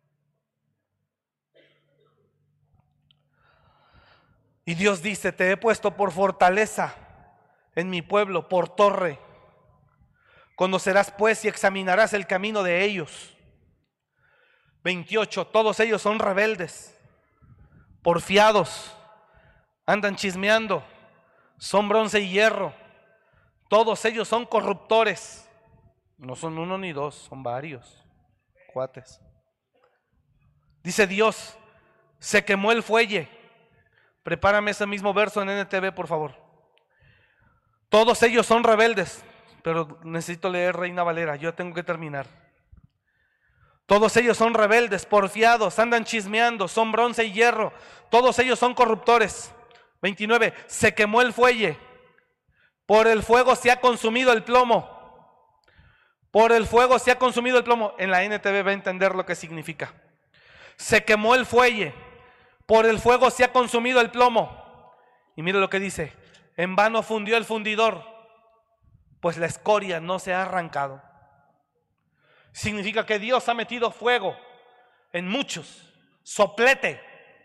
Y Dios dice, te he puesto por fortaleza en mi pueblo, por torre. Conocerás pues y examinarás el camino de ellos. veintiocho, todos ellos son rebeldes, porfiados, andan chismeando, son bronce y hierro. Todos ellos son corruptores. No son uno ni dos, son varios cuates. Dice Dios, se quemó el fuelle. Prepárame ese mismo verso en N T V, por favor. Todos ellos son rebeldes, pero necesito leer Reina Valera, yo tengo que terminar. Todos ellos son rebeldes, porfiados, andan chismeando, son bronce y hierro. Todos ellos son corruptores. veintinueve, se quemó el fuelle. Por el fuego se ha consumido el plomo. Por el fuego se ha consumido el plomo. En la N T V va a entender lo que significa. Se quemó el fuelle. Por el fuego se ha consumido el plomo. Y mire lo que dice. En vano fundió el fundidor, pues la escoria no se ha arrancado. Significa que Dios ha metido fuego en muchos, soplete,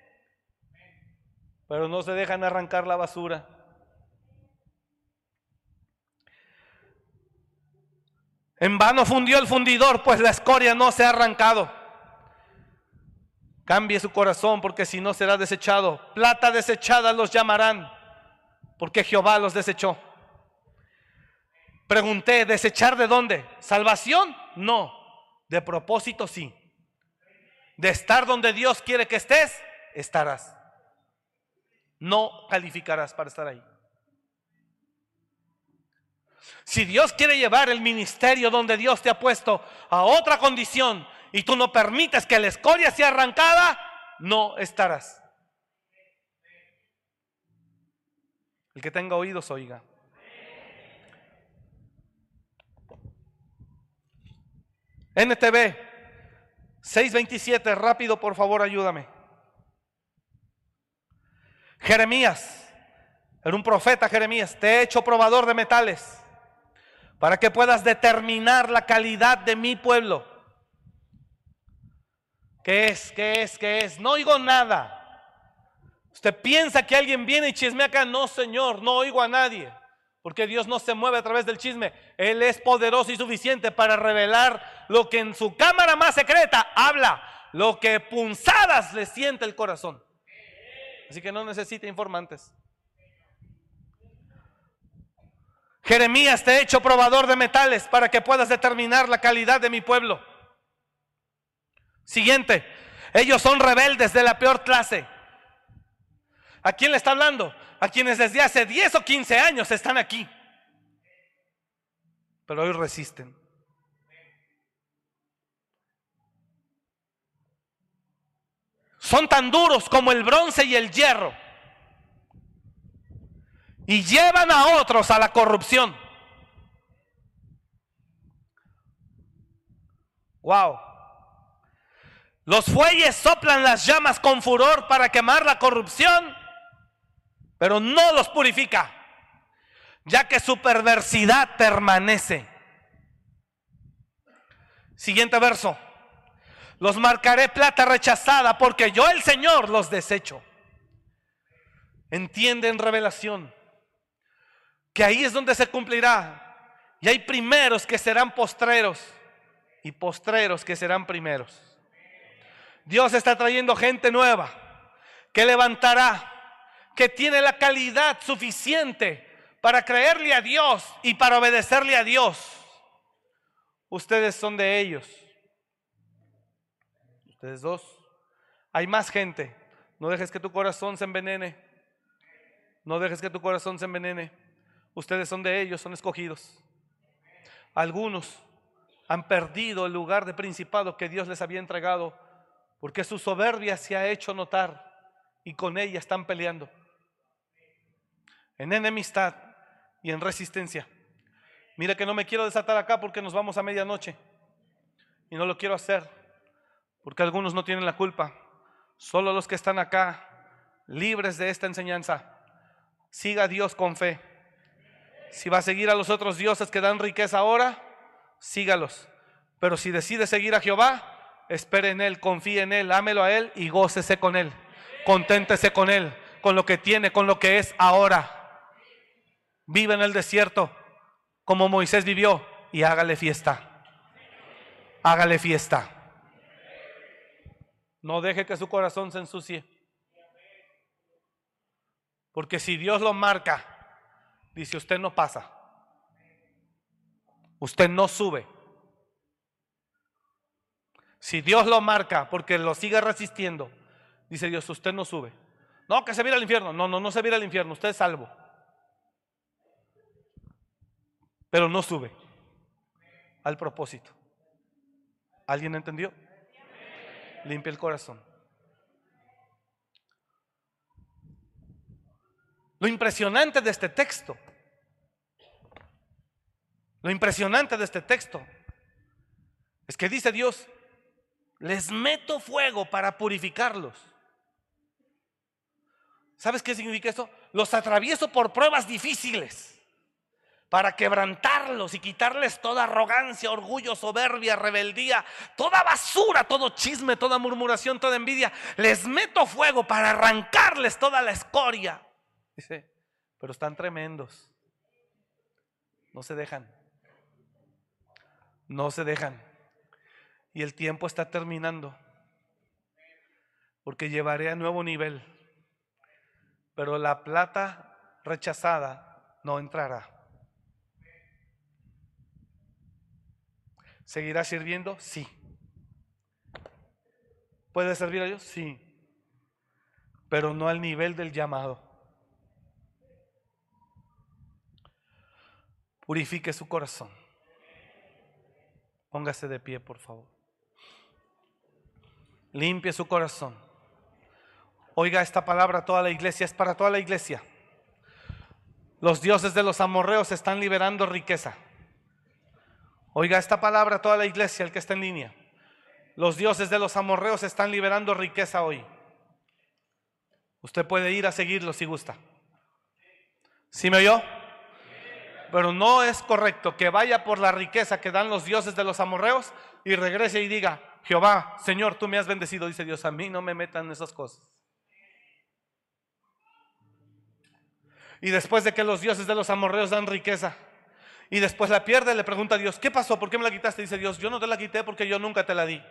pero no se dejan arrancar la basura. En vano fundió el fundidor, pues la escoria no se ha arrancado. Cambie su corazón, porque si no será desechado. Plata desechada los llamarán, porque Jehová los desechó. Pregunté, ¿desechar de dónde? ¿Salvación? No. De propósito sí. De estar donde Dios quiere que estés, estarás. No calificarás para estar ahí. Si Dios quiere llevar el ministerio donde Dios te ha puesto a otra condición y tú no permites que la escoria sea arrancada, no estarás. El que tenga oídos, oiga. N T V seis veintisiete, rápido por favor, ayúdame. Jeremías, era un profeta Jeremías, te he hecho probador de metales para que puedas determinar la calidad de mi pueblo. ¿Qué es? ¿Qué es? ¿Qué es? No oigo nada. Usted piensa que alguien viene y chismea acá. No, Señor, no oigo a nadie. Porque Dios no se mueve a través del chisme. Él es poderoso y suficiente para revelar lo que en su cámara más secreta habla, lo que punzadas le siente el corazón. Así que no necesita informantes. Jeremías, te he hecho probador de metales para que puedas determinar la calidad de mi pueblo. Siguiente, ellos son rebeldes de la peor clase. ¿A quién le está hablando? A quienes desde hace diez o quince años están aquí, pero hoy resisten. Son tan duros como el bronce y el hierro y llevan a otros a la corrupción. Wow. Los fuelles soplan las llamas con furor para quemar la corrupción, pero no los purifica, ya que su perversidad permanece. Siguiente verso. Los marcaré plata rechazada, porque yo el Señor los desecho. Entienden revelación que ahí es donde se cumplirá. Y hay primeros que serán postreros y postreros que serán primeros. Dios está trayendo gente nueva que levantará, que tiene la calidad suficiente para creerle a Dios y para obedecerle a Dios. Ustedes son de ellos. Ustedes dos. Hay más gente. No dejes que tu corazón se envenene. No dejes que tu corazón se envenene. Ustedes son de ellos, son escogidos. Algunos han perdido el lugar de principado que Dios les había entregado, porque su soberbia se ha hecho notar y con ella están peleando en enemistad y en resistencia. Mira que no me quiero desatar acá porque nos vamos a medianoche y no lo quiero hacer porque algunos no tienen la culpa. Solo los que están acá libres de esta enseñanza. Siga a Dios con fe. Si va a seguir a los otros dioses que dan riqueza ahora, sígalos. Pero si decide seguir a Jehová, espere en Él, confíe en Él, ámelo a Él y gócese con Él. Conténtese con Él, con lo que tiene, con lo que es ahora. Vive en el desierto como Moisés vivió y hágale fiesta. Hágale fiesta. No deje que su corazón se ensucie. Porque si Dios lo marca, dice, usted no pasa. Usted no sube. Si Dios lo marca porque lo sigue resistiendo, dice Dios, usted no sube. No, que se vira al infierno. No, no, no se vira al infierno. Usted es salvo. Pero no sube al propósito. ¿Alguien entendió? Limpia el corazón. Lo impresionante de este texto, lo impresionante de este texto es que dice Dios, les meto fuego para purificarlos. ¿Sabes qué significa eso? Los atravieso por pruebas difíciles para quebrantarlos y quitarles toda arrogancia, orgullo, soberbia, rebeldía, toda basura, todo chisme, toda murmuración, toda envidia. Les meto fuego para arrancarles toda la escoria. Dice, pero están tremendos. No se dejan. No se dejan. Y el tiempo está terminando. Porque llevaré a nuevo nivel. Pero la plata rechazada no entrará. ¿Seguirá sirviendo? Sí. ¿Puede servir a Dios? Sí. Pero no al nivel del llamado. Purifique su corazón. Póngase de pie, por favor. Limpie su corazón. Oiga esta palabra, toda la iglesia, es para toda la iglesia. Los dioses de los amorreos están liberando riqueza. Oiga esta palabra, toda la iglesia, el que está en línea. Los dioses de los amorreos están liberando riqueza hoy. Usted puede ir a seguirlos si gusta. ¿Sí me oyó? Pero no es correcto que vaya por la riqueza que dan los dioses de los amorreos y regrese y diga, Jehová, Señor, tú me has bendecido. Dice Dios, a mí no me metan esas cosas. Y después de que los dioses de los amorreos dan riqueza y después la pierde, le pregunta a Dios, ¿qué pasó? ¿Por qué me la quitaste? Dice Dios, yo no te la quité porque yo nunca te la di.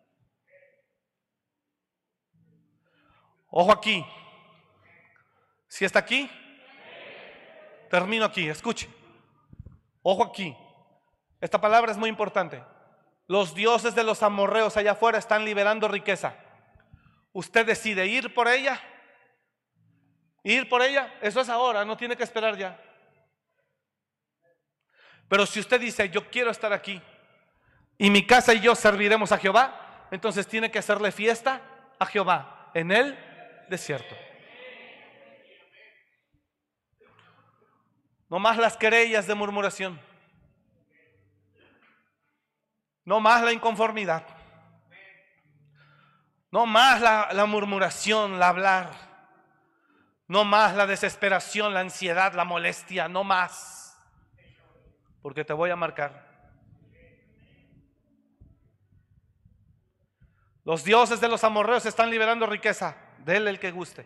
Ojo aquí. Si está aquí, termino aquí, escuche. Ojo aquí, esta palabra es muy importante. Los dioses de los amorreos allá afuera están liberando riqueza. Usted decide ir por ella, ir por ella, eso es ahora, no tiene que esperar ya. Pero si usted dice, yo quiero estar aquí y mi casa y yo serviremos a Jehová, entonces tiene que hacerle fiesta a Jehová en el desierto. No más las querellas de murmuración. No más la inconformidad. No más la, la murmuración, la hablar. No más la desesperación, la ansiedad, la molestia. No más. Porque te voy a marcar. Los dioses de los amorreos están liberando riqueza. Dele el que guste.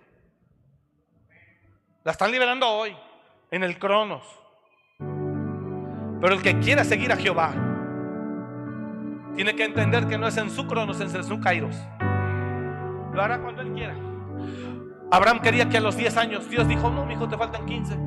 La están liberando hoy, en el Cronos. Pero el que quiera seguir a Jehová tiene que entender que no es en su Cronos, es en su Kairos. Lo hará cuando él quiera. Abraham quería que a los diez años, Dios dijo, no, mi hijo, te faltan quince.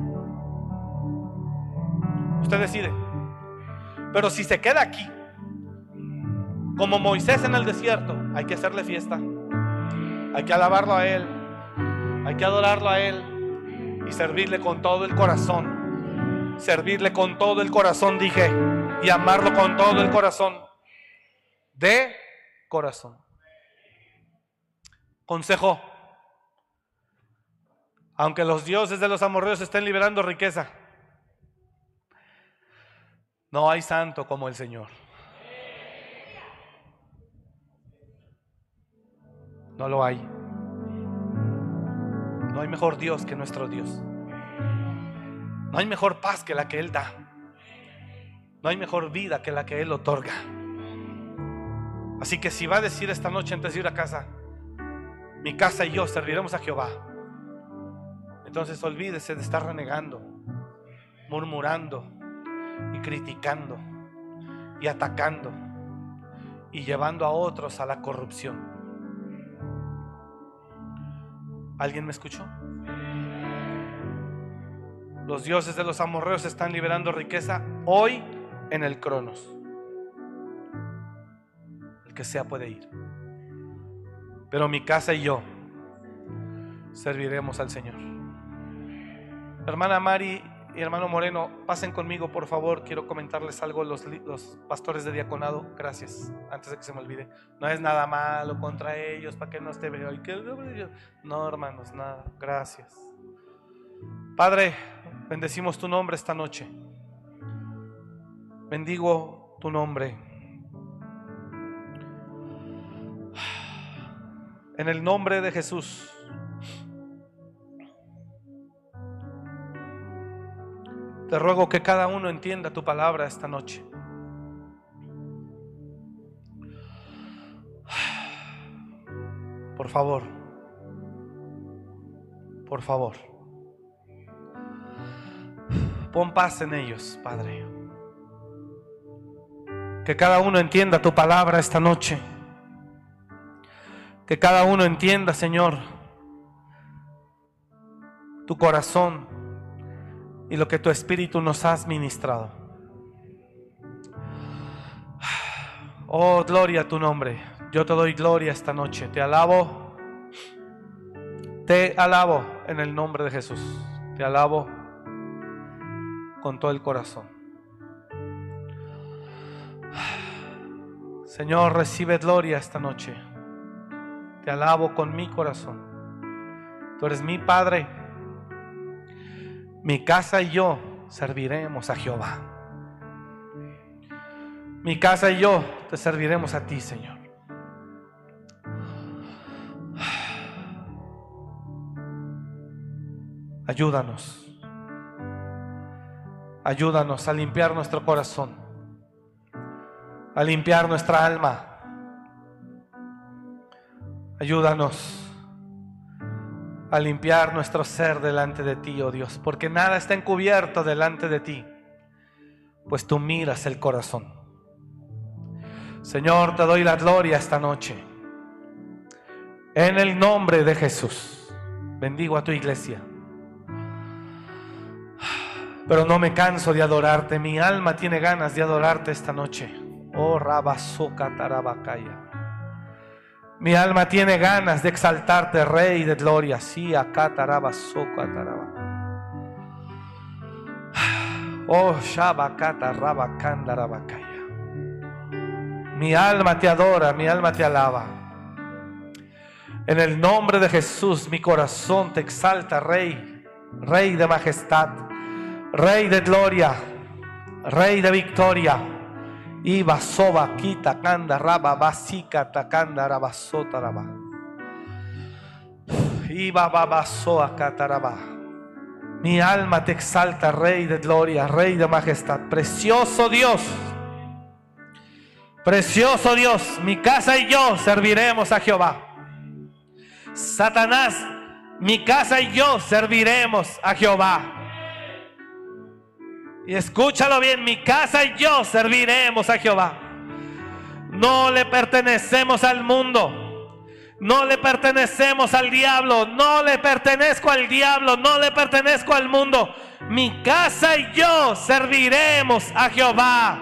Usted decide. Pero si se queda aquí, como Moisés en el desierto, hay que hacerle fiesta. Hay que alabarlo a él. Hay que adorarlo a él. Y servirle con todo el corazón. Servirle con todo el corazón, dije. Y amarlo con todo el corazón. De corazón. Consejo. Aunque los dioses de los amorreos estén liberando riqueza, no hay santo como el Señor. No lo hay. No hay mejor Dios que nuestro Dios. No hay mejor paz que la que Él da. No hay mejor vida que la que Él otorga. Así que si va a decir esta noche antes de ir a casa, mi casa y yo serviremos a Jehová, entonces olvídese de estar renegando, murmurando y criticando y atacando y llevando a otros a la corrupción. ¿Alguien me escuchó? Los dioses de los amorreos están liberando riqueza hoy en el Cronos. El que sea puede ir. Pero mi casa y yo serviremos al Señor. Hermana Mari y hermano Moreno, pasen conmigo por favor. Quiero comentarles algo los, los pastores de diaconado. Gracias, antes de que se me olvide. No es nada malo contra ellos, para que no esté. No, hermanos, nada. Gracias. Padre, bendecimos tu nombre esta noche. Bendigo tu nombre. En el nombre de Jesús. Te ruego que cada uno entienda tu palabra esta noche. Por favor. Por favor. Pon paz en ellos, Padre. Que cada uno entienda tu palabra esta noche. Que cada uno entienda, Señor, tu corazón y lo que tu Espíritu nos has ministrado. Oh, gloria a tu nombre. Yo te doy gloria esta noche. Te alabo. Te alabo en el nombre de Jesús. Te alabo con todo el corazón. Señor, recibe gloria esta noche. Te alabo con mi corazón. Tú eres mi Padre. Mi casa y yo serviremos a Jehová. Mi casa y yo te serviremos a ti, Señor. Ayúdanos. Ayúdanos a limpiar nuestro corazón, a limpiar nuestra alma. Ayúdanos a limpiar nuestro ser delante de ti, oh Dios, porque nada está encubierto delante de ti, pues tú miras el corazón. Señor, te doy la gloria esta noche. En el nombre de Jesús, bendigo a tu iglesia. pero no me canso de adorarte. Mi alma tiene ganas de adorarte esta noche. Oh, Rabasoka Tarabakaya. Mi alma tiene ganas de exaltarte, Rey de gloria. Sí, acá Tarabasoka Taraba. Oh, Shabakata Rabakanda Rabakaya. Mi alma te adora, mi alma te alaba. En el nombre de Jesús, mi corazón te exalta, Rey, Rey de majestad, Rey de gloria, Rey de victoria. Iba soba kita kanda raba basika takanda rabasota raba. Iba babasoa kataraba. Mi alma te exalta, Rey de gloria, Rey de majestad. Precioso Dios, precioso Dios, mi casa y yo serviremos a Jehová. Satanás, mi casa y yo serviremos a Jehová. Y escúchalo bien, mi casa y yo serviremos a Jehová. No le pertenecemos al mundo. No le pertenecemos al diablo. No le pertenezco al diablo. No le pertenezco al mundo. Mi casa y yo serviremos a Jehová.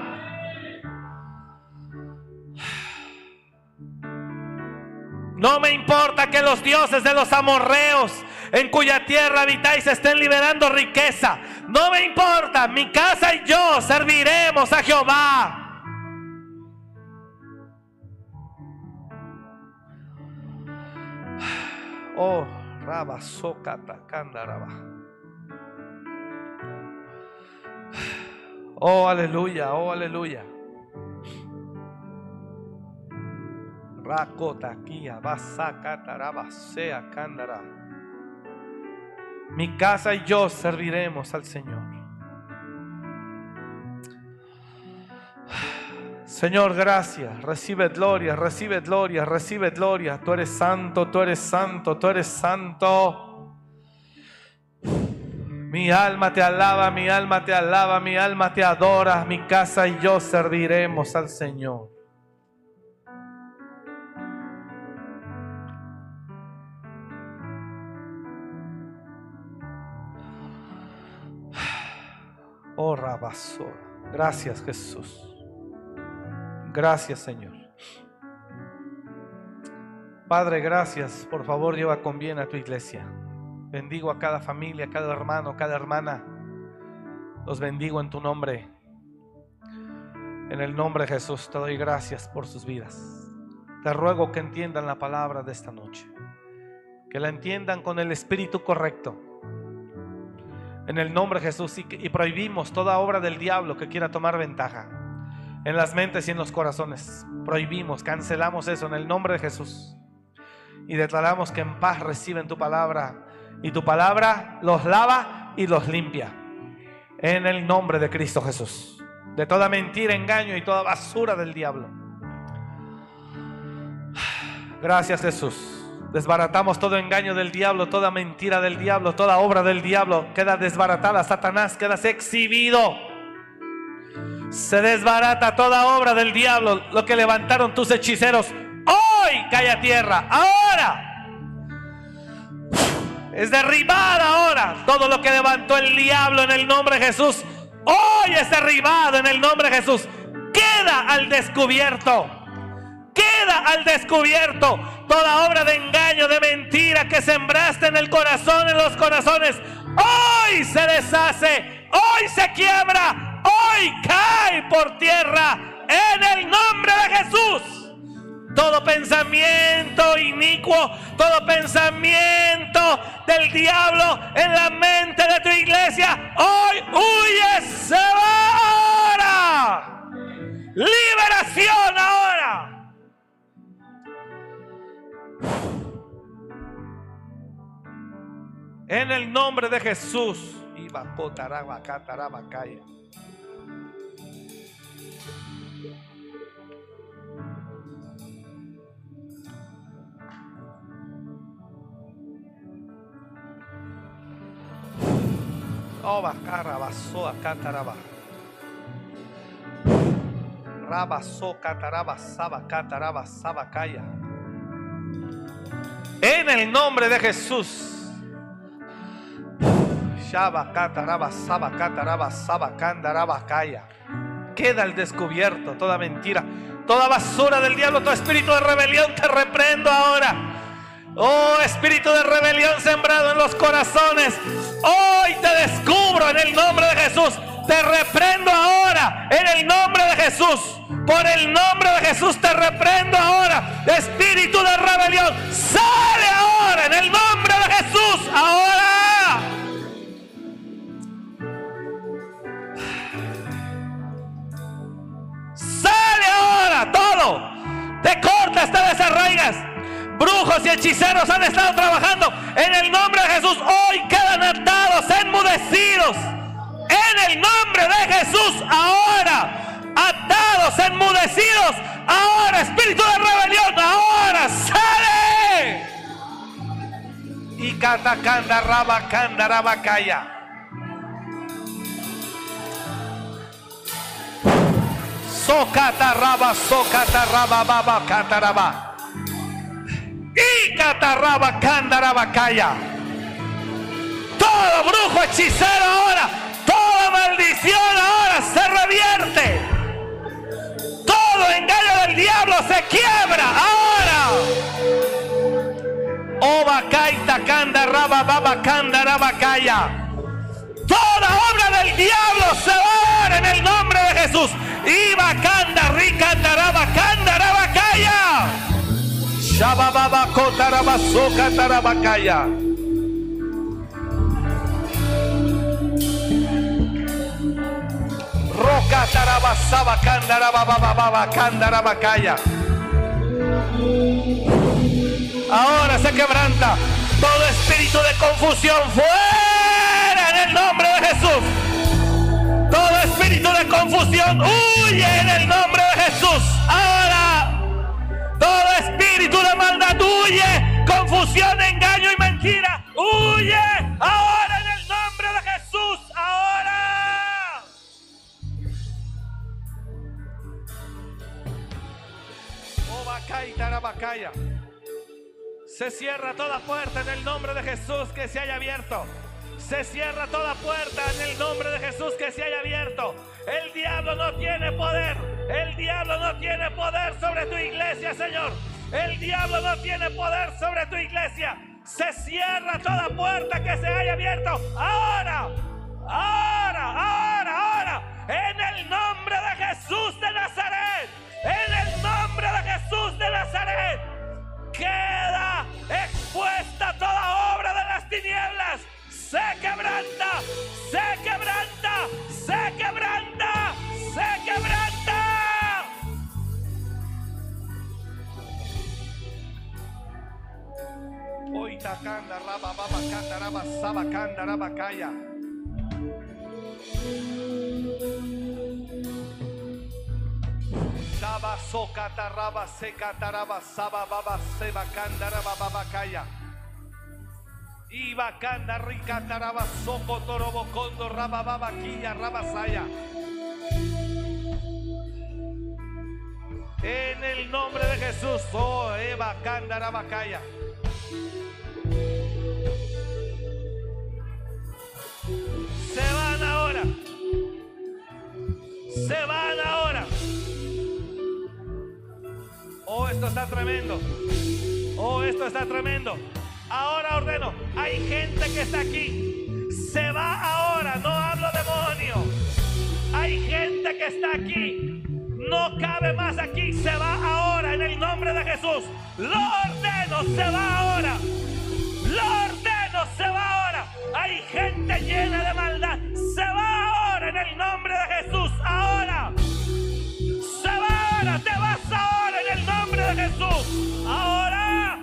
No me importa que los dioses de los amorreos en cuya tierra habitáis estén liberando riqueza. No me importa. Mi casa y yo serviremos a Jehová. Oh, Raba Sokata Kandaraba. Oh, aleluya, oh, aleluya. Rakota Kia Basakataraba Sea Kandara. Mi casa y yo serviremos al Señor. Señor, gracias. Recibe gloria, recibe gloria, recibe gloria. Tú eres santo, tú eres santo, tú eres santo. Mi alma te alaba, mi alma te alaba, mi alma te adora. Mi casa y yo serviremos al Señor. Oh, Rabasó. Gracias, Jesús. Gracias, Señor. Padre, gracias. Por favor, lleva con bien a tu iglesia. Bendigo a cada familia, a cada hermano, cada hermana. Los bendigo en tu nombre. En el nombre de Jesús te doy gracias por sus vidas. Te ruego que entiendan la palabra de esta noche. Que la entiendan con el espíritu correcto. En el nombre de Jesús. Y, y prohibimos toda obra del diablo que quiera tomar ventaja en las mentes y en los corazones. Prohibimos, cancelamos eso en el nombre de Jesús. Y declaramos que en paz reciben tu palabra. Y tu palabra los lava y los limpia. En el nombre de Cristo Jesús. De toda mentira, engaño y toda basura del diablo. Gracias, Jesús. Desbaratamos todo engaño del diablo, toda mentira del diablo, toda obra del diablo. Queda desbaratada. Satanás, quedas exhibido. Se desbarata toda obra del diablo. Lo que levantaron tus hechiceros hoy cae a tierra. Ahora es derribada. Ahora todo lo que levantó el diablo en el nombre de Jesús hoy es derribado en el nombre de Jesús. Queda al descubierto. Queda al descubierto toda obra de engaño, de mentira que sembraste en el corazón, en los corazones. Hoy se deshace, hoy se quiebra, hoy cae por tierra en el nombre de Jesús. Todo pensamiento inicuo, todo pensamiento del diablo en la mente de tu iglesia, hoy huye, se va ahora. Liberación ahora. En el nombre de Jesús. Oh, bacara, baso, acataraba. Rabaso, cataraba, saba, cataraba, saba, calla. En el nombre de Jesús. Queda al descubierto toda mentira, toda basura del diablo, todo espíritu de rebelión, te reprendo ahora. Oh, espíritu de rebelión sembrado en los corazones, hoy te descubro en el nombre de Jesús. Te reprendo ahora en el nombre de Jesús. Por el nombre de Jesús te reprendo ahora. Espíritu de rebelión, sale ahora en el nombre de Jesús. Ahora. Sale ahora todo. Te cortas, te desarraigas. Brujos y hechiceros han estado trabajando en el nombre de Jesús. Hoy quedan atados, enmudecidos. En el nombre de Jesús, ahora, atados, enmudecidos, ahora, espíritu de rebelión, ahora, sale. Y catacanda, rabacanda, rabacaya. Socata, raba, socata, raba, baba, cataraba. Y catarraba, canda, rabacaya. Todo brujo, hechicero ahora. Toda maldición ahora se revierte. Todo engaño del diablo se quiebra ahora. Obacaita canda raba baba canda rabacaya. Toda obra del diablo se va ahora en el nombre de Jesús. Iba canda rica taraba canda rabacaya. Shabababa cotaraba soca tarabacaya. Roca tarabasaba candaraba baba candarabacaya. Ahora se quebranta todo espíritu de confusión, fuera en el nombre de Jesús. Todo espíritu de confusión huye en el nombre de Jesús. Ahora todo espíritu de maldad huye, confusión, engaño y mentira huye ahora en el nombre de Jesús. Ahora. Se cierra toda puerta en el nombre de Jesús que se haya abierto. Se cierra toda puerta en el nombre de Jesús que se haya abierto. El diablo no tiene poder. El diablo no tiene poder sobre tu iglesia, Señor. El diablo no tiene poder sobre tu iglesia. Se cierra toda puerta que se haya abierto. Ahora, ahora, ahora, ahora. En el nombre de Jesús de Nazaret. En el nombre de Jesús de Nazaret. Queda expuesta toda obra de las tinieblas. Se quebranta, se quebranta, se quebranta, se quebranta. Hoy tacanda raba baba canta raba saba canda raba calla. Saba soca taraba seca taraba saba baba seba canda raba baba calla. Iba canda rica taraba soco torobo condo raba baba quilla raba saya. En el nombre de Jesús, oh Eva canda raba calla. Se van ahora. Se van ahora. Oh, esto está tremendo. Oh, esto está tremendo. Ahora ordeno, hay gente que está aquí. Se va ahora, no hablo demonio. Hay gente que está aquí. No cabe más aquí. Se va ahora en el nombre de Jesús. Lo ordeno, se va ahora. Lo ordeno, se va ahora. Hay gente llena de maldad. Se va ahora en el nombre de Jesús. Ahora. Se va ahora. Te vas ahora en el nombre de Jesús. Ahora.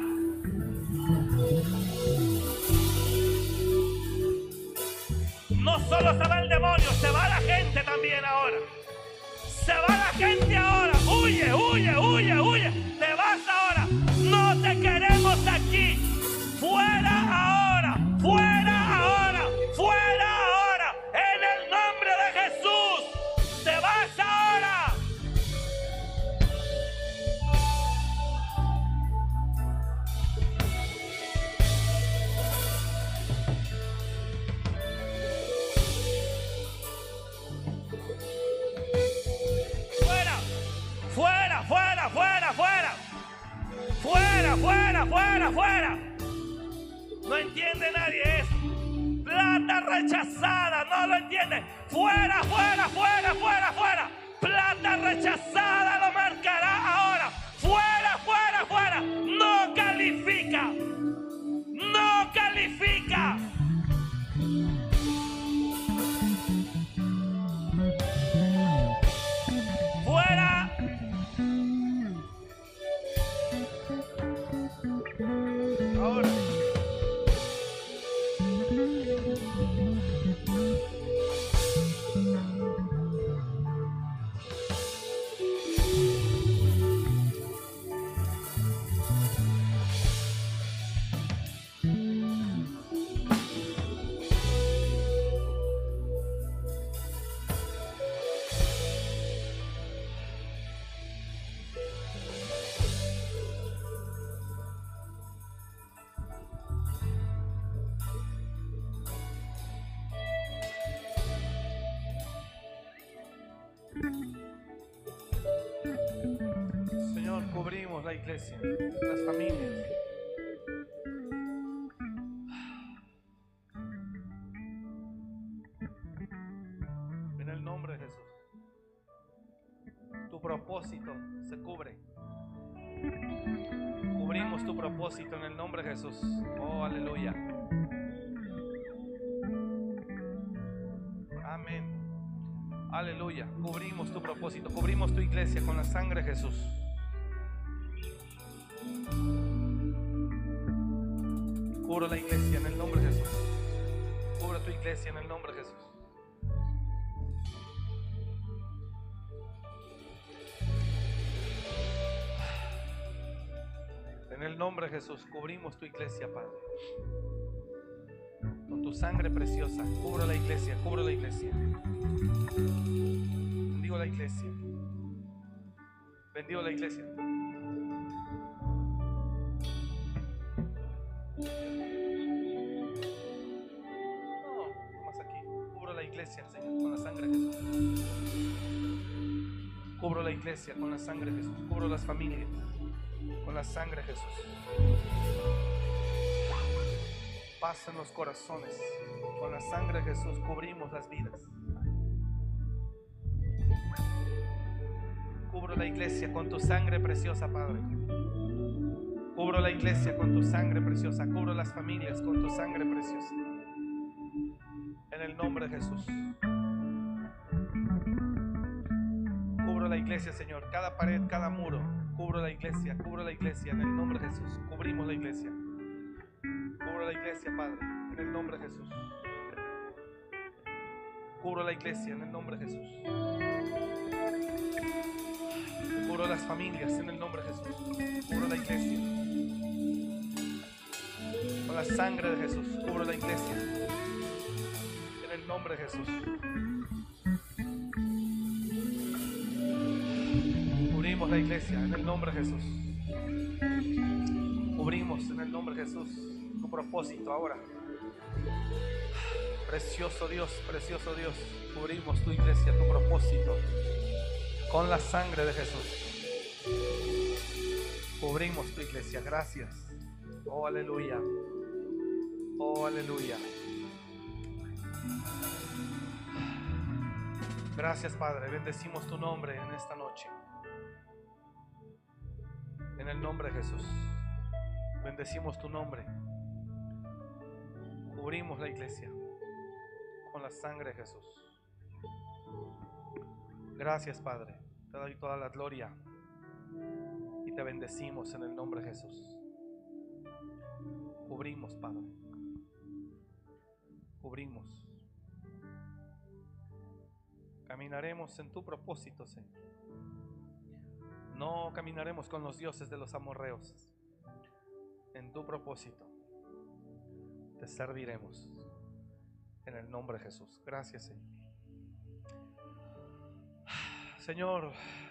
No solo se va el demonio, se va la gente también ahora. Se va la gente ahora. Huye, huye, huye, huye. Te vas ahora. No te queremos aquí. Fuera ahora. Fuera ahora. Fuera ahora. En el nombre de Jesús. Te vas ahora. fuera, fuera, fuera, fuera. No entiende nadie eso. Plata rechazada, no lo entiende. Fuera, fuera, fuera, fuera, fuera. Plata rechazada lo marcará ahora. Fuera, fuera, fuera. No califica. No califica. Fuera. Ahora. Señor, cubrimos la iglesia, las familias. En el nombre de Jesús. Tu propósito se cubre. Cubrimos tu propósito en el nombre de Jesús. Oh, aleluya. Amén. Aleluya. Cubrimos tu propósito. Cubrimos tu iglesia con la sangre de Jesús. Cubro la iglesia en el nombre de Jesús. Cubro tu iglesia en el nombre de Jesús. En el nombre de Jesús cubrimos tu iglesia, Padre. Con tu sangre preciosa, cubro la iglesia, cubro la iglesia. Bendigo la iglesia. Bendigo la iglesia. No, más aquí. Cubro la iglesia, Señor, con la sangre de Jesús. Cubro la iglesia con la sangre de Jesús. Cubro las familias con la sangre de Jesús. Paz en los corazones. Con la sangre de Jesús cubrimos las vidas. Cubro la iglesia con tu sangre preciosa, Padre. Cubro la iglesia con tu sangre preciosa. Cubro las familias con tu sangre preciosa. En el nombre de Jesús. Cubro la iglesia, Señor. Cada pared, cada muro. Cubro la iglesia, cubro la iglesia en el nombre de Jesús. Cubrimos la iglesia. Cubro la iglesia, Padre, en el nombre de Jesús. Cubro la iglesia en el nombre de Jesús. Cubro las familias en el nombre de Jesús. Cubro la iglesia. Con la sangre de Jesús, cubro la iglesia. En el nombre de Jesús. Cubrimos la iglesia en el nombre de Jesús. Cubrimos en el nombre de Jesús tu propósito ahora. Precioso Dios, precioso Dios, cubrimos tu iglesia, tu propósito con la sangre de Jesús. Cubrimos tu iglesia, gracias. Oh, aleluya. Oh, aleluya. Gracias, Padre, bendecimos tu nombre en esta noche. En el nombre de Jesús, bendecimos tu nombre. Cubrimos la iglesia con la sangre de Jesús. Gracias, Padre, te doy toda la gloria y te bendecimos en el nombre de Jesús. Cubrimos, Padre. Cubrimos. Caminaremos en tu propósito, Señor. No caminaremos con los dioses de los amorreos. En tu propósito te serviremos en el nombre de Jesús. Gracias, Señor. Señor,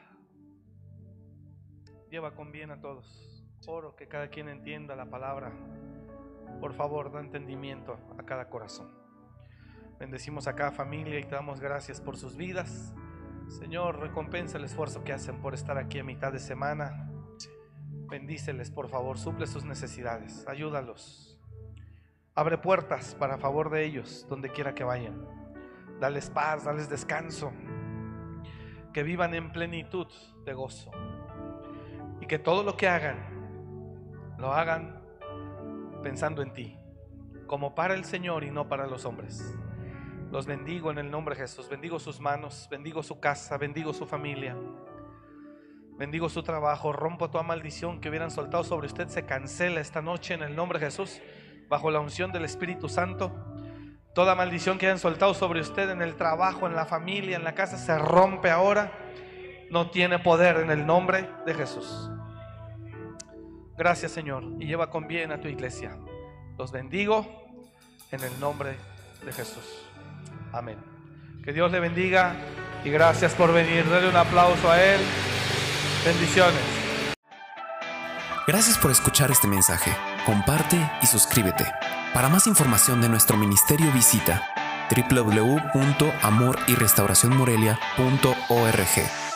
lleva con bien a todos. Oro que cada quien entienda la palabra. Por favor, da entendimiento a cada corazón. Bendecimos a cada familia y te damos gracias por sus vidas. Señor, recompensa el esfuerzo que hacen por estar aquí a mitad de semana. Bendíceles, por favor, suple sus necesidades, ayúdalos. Abre puertas para favor de ellos, donde quiera que vayan. Dales paz, dales descanso. Que vivan en plenitud de gozo. Y que todo lo que hagan, lo hagan pensando en ti, como para el Señor y no para los hombres. Los bendigo en el nombre de Jesús. Bendigo sus manos, bendigo su casa, bendigo su familia. Bendigo su trabajo, rompo toda maldición que hubieran soltado sobre usted. Se cancela esta noche en el nombre de Jesús, bajo la unción del Espíritu Santo. Toda maldición que hayan soltado sobre usted en el trabajo, en la familia, en la casa, se rompe ahora. No tiene poder en el nombre de Jesús. Gracias, Señor, y lleva con bien a tu iglesia. Los bendigo en el nombre de Jesús. Amén. Que Dios le bendiga y gracias por venir. Dale un aplauso a Él. Bendiciones. Gracias por escuchar este mensaje. Comparte y suscríbete. Para más información de nuestro ministerio visita doble u doble u doble u punto amor y restauración morelia punto org.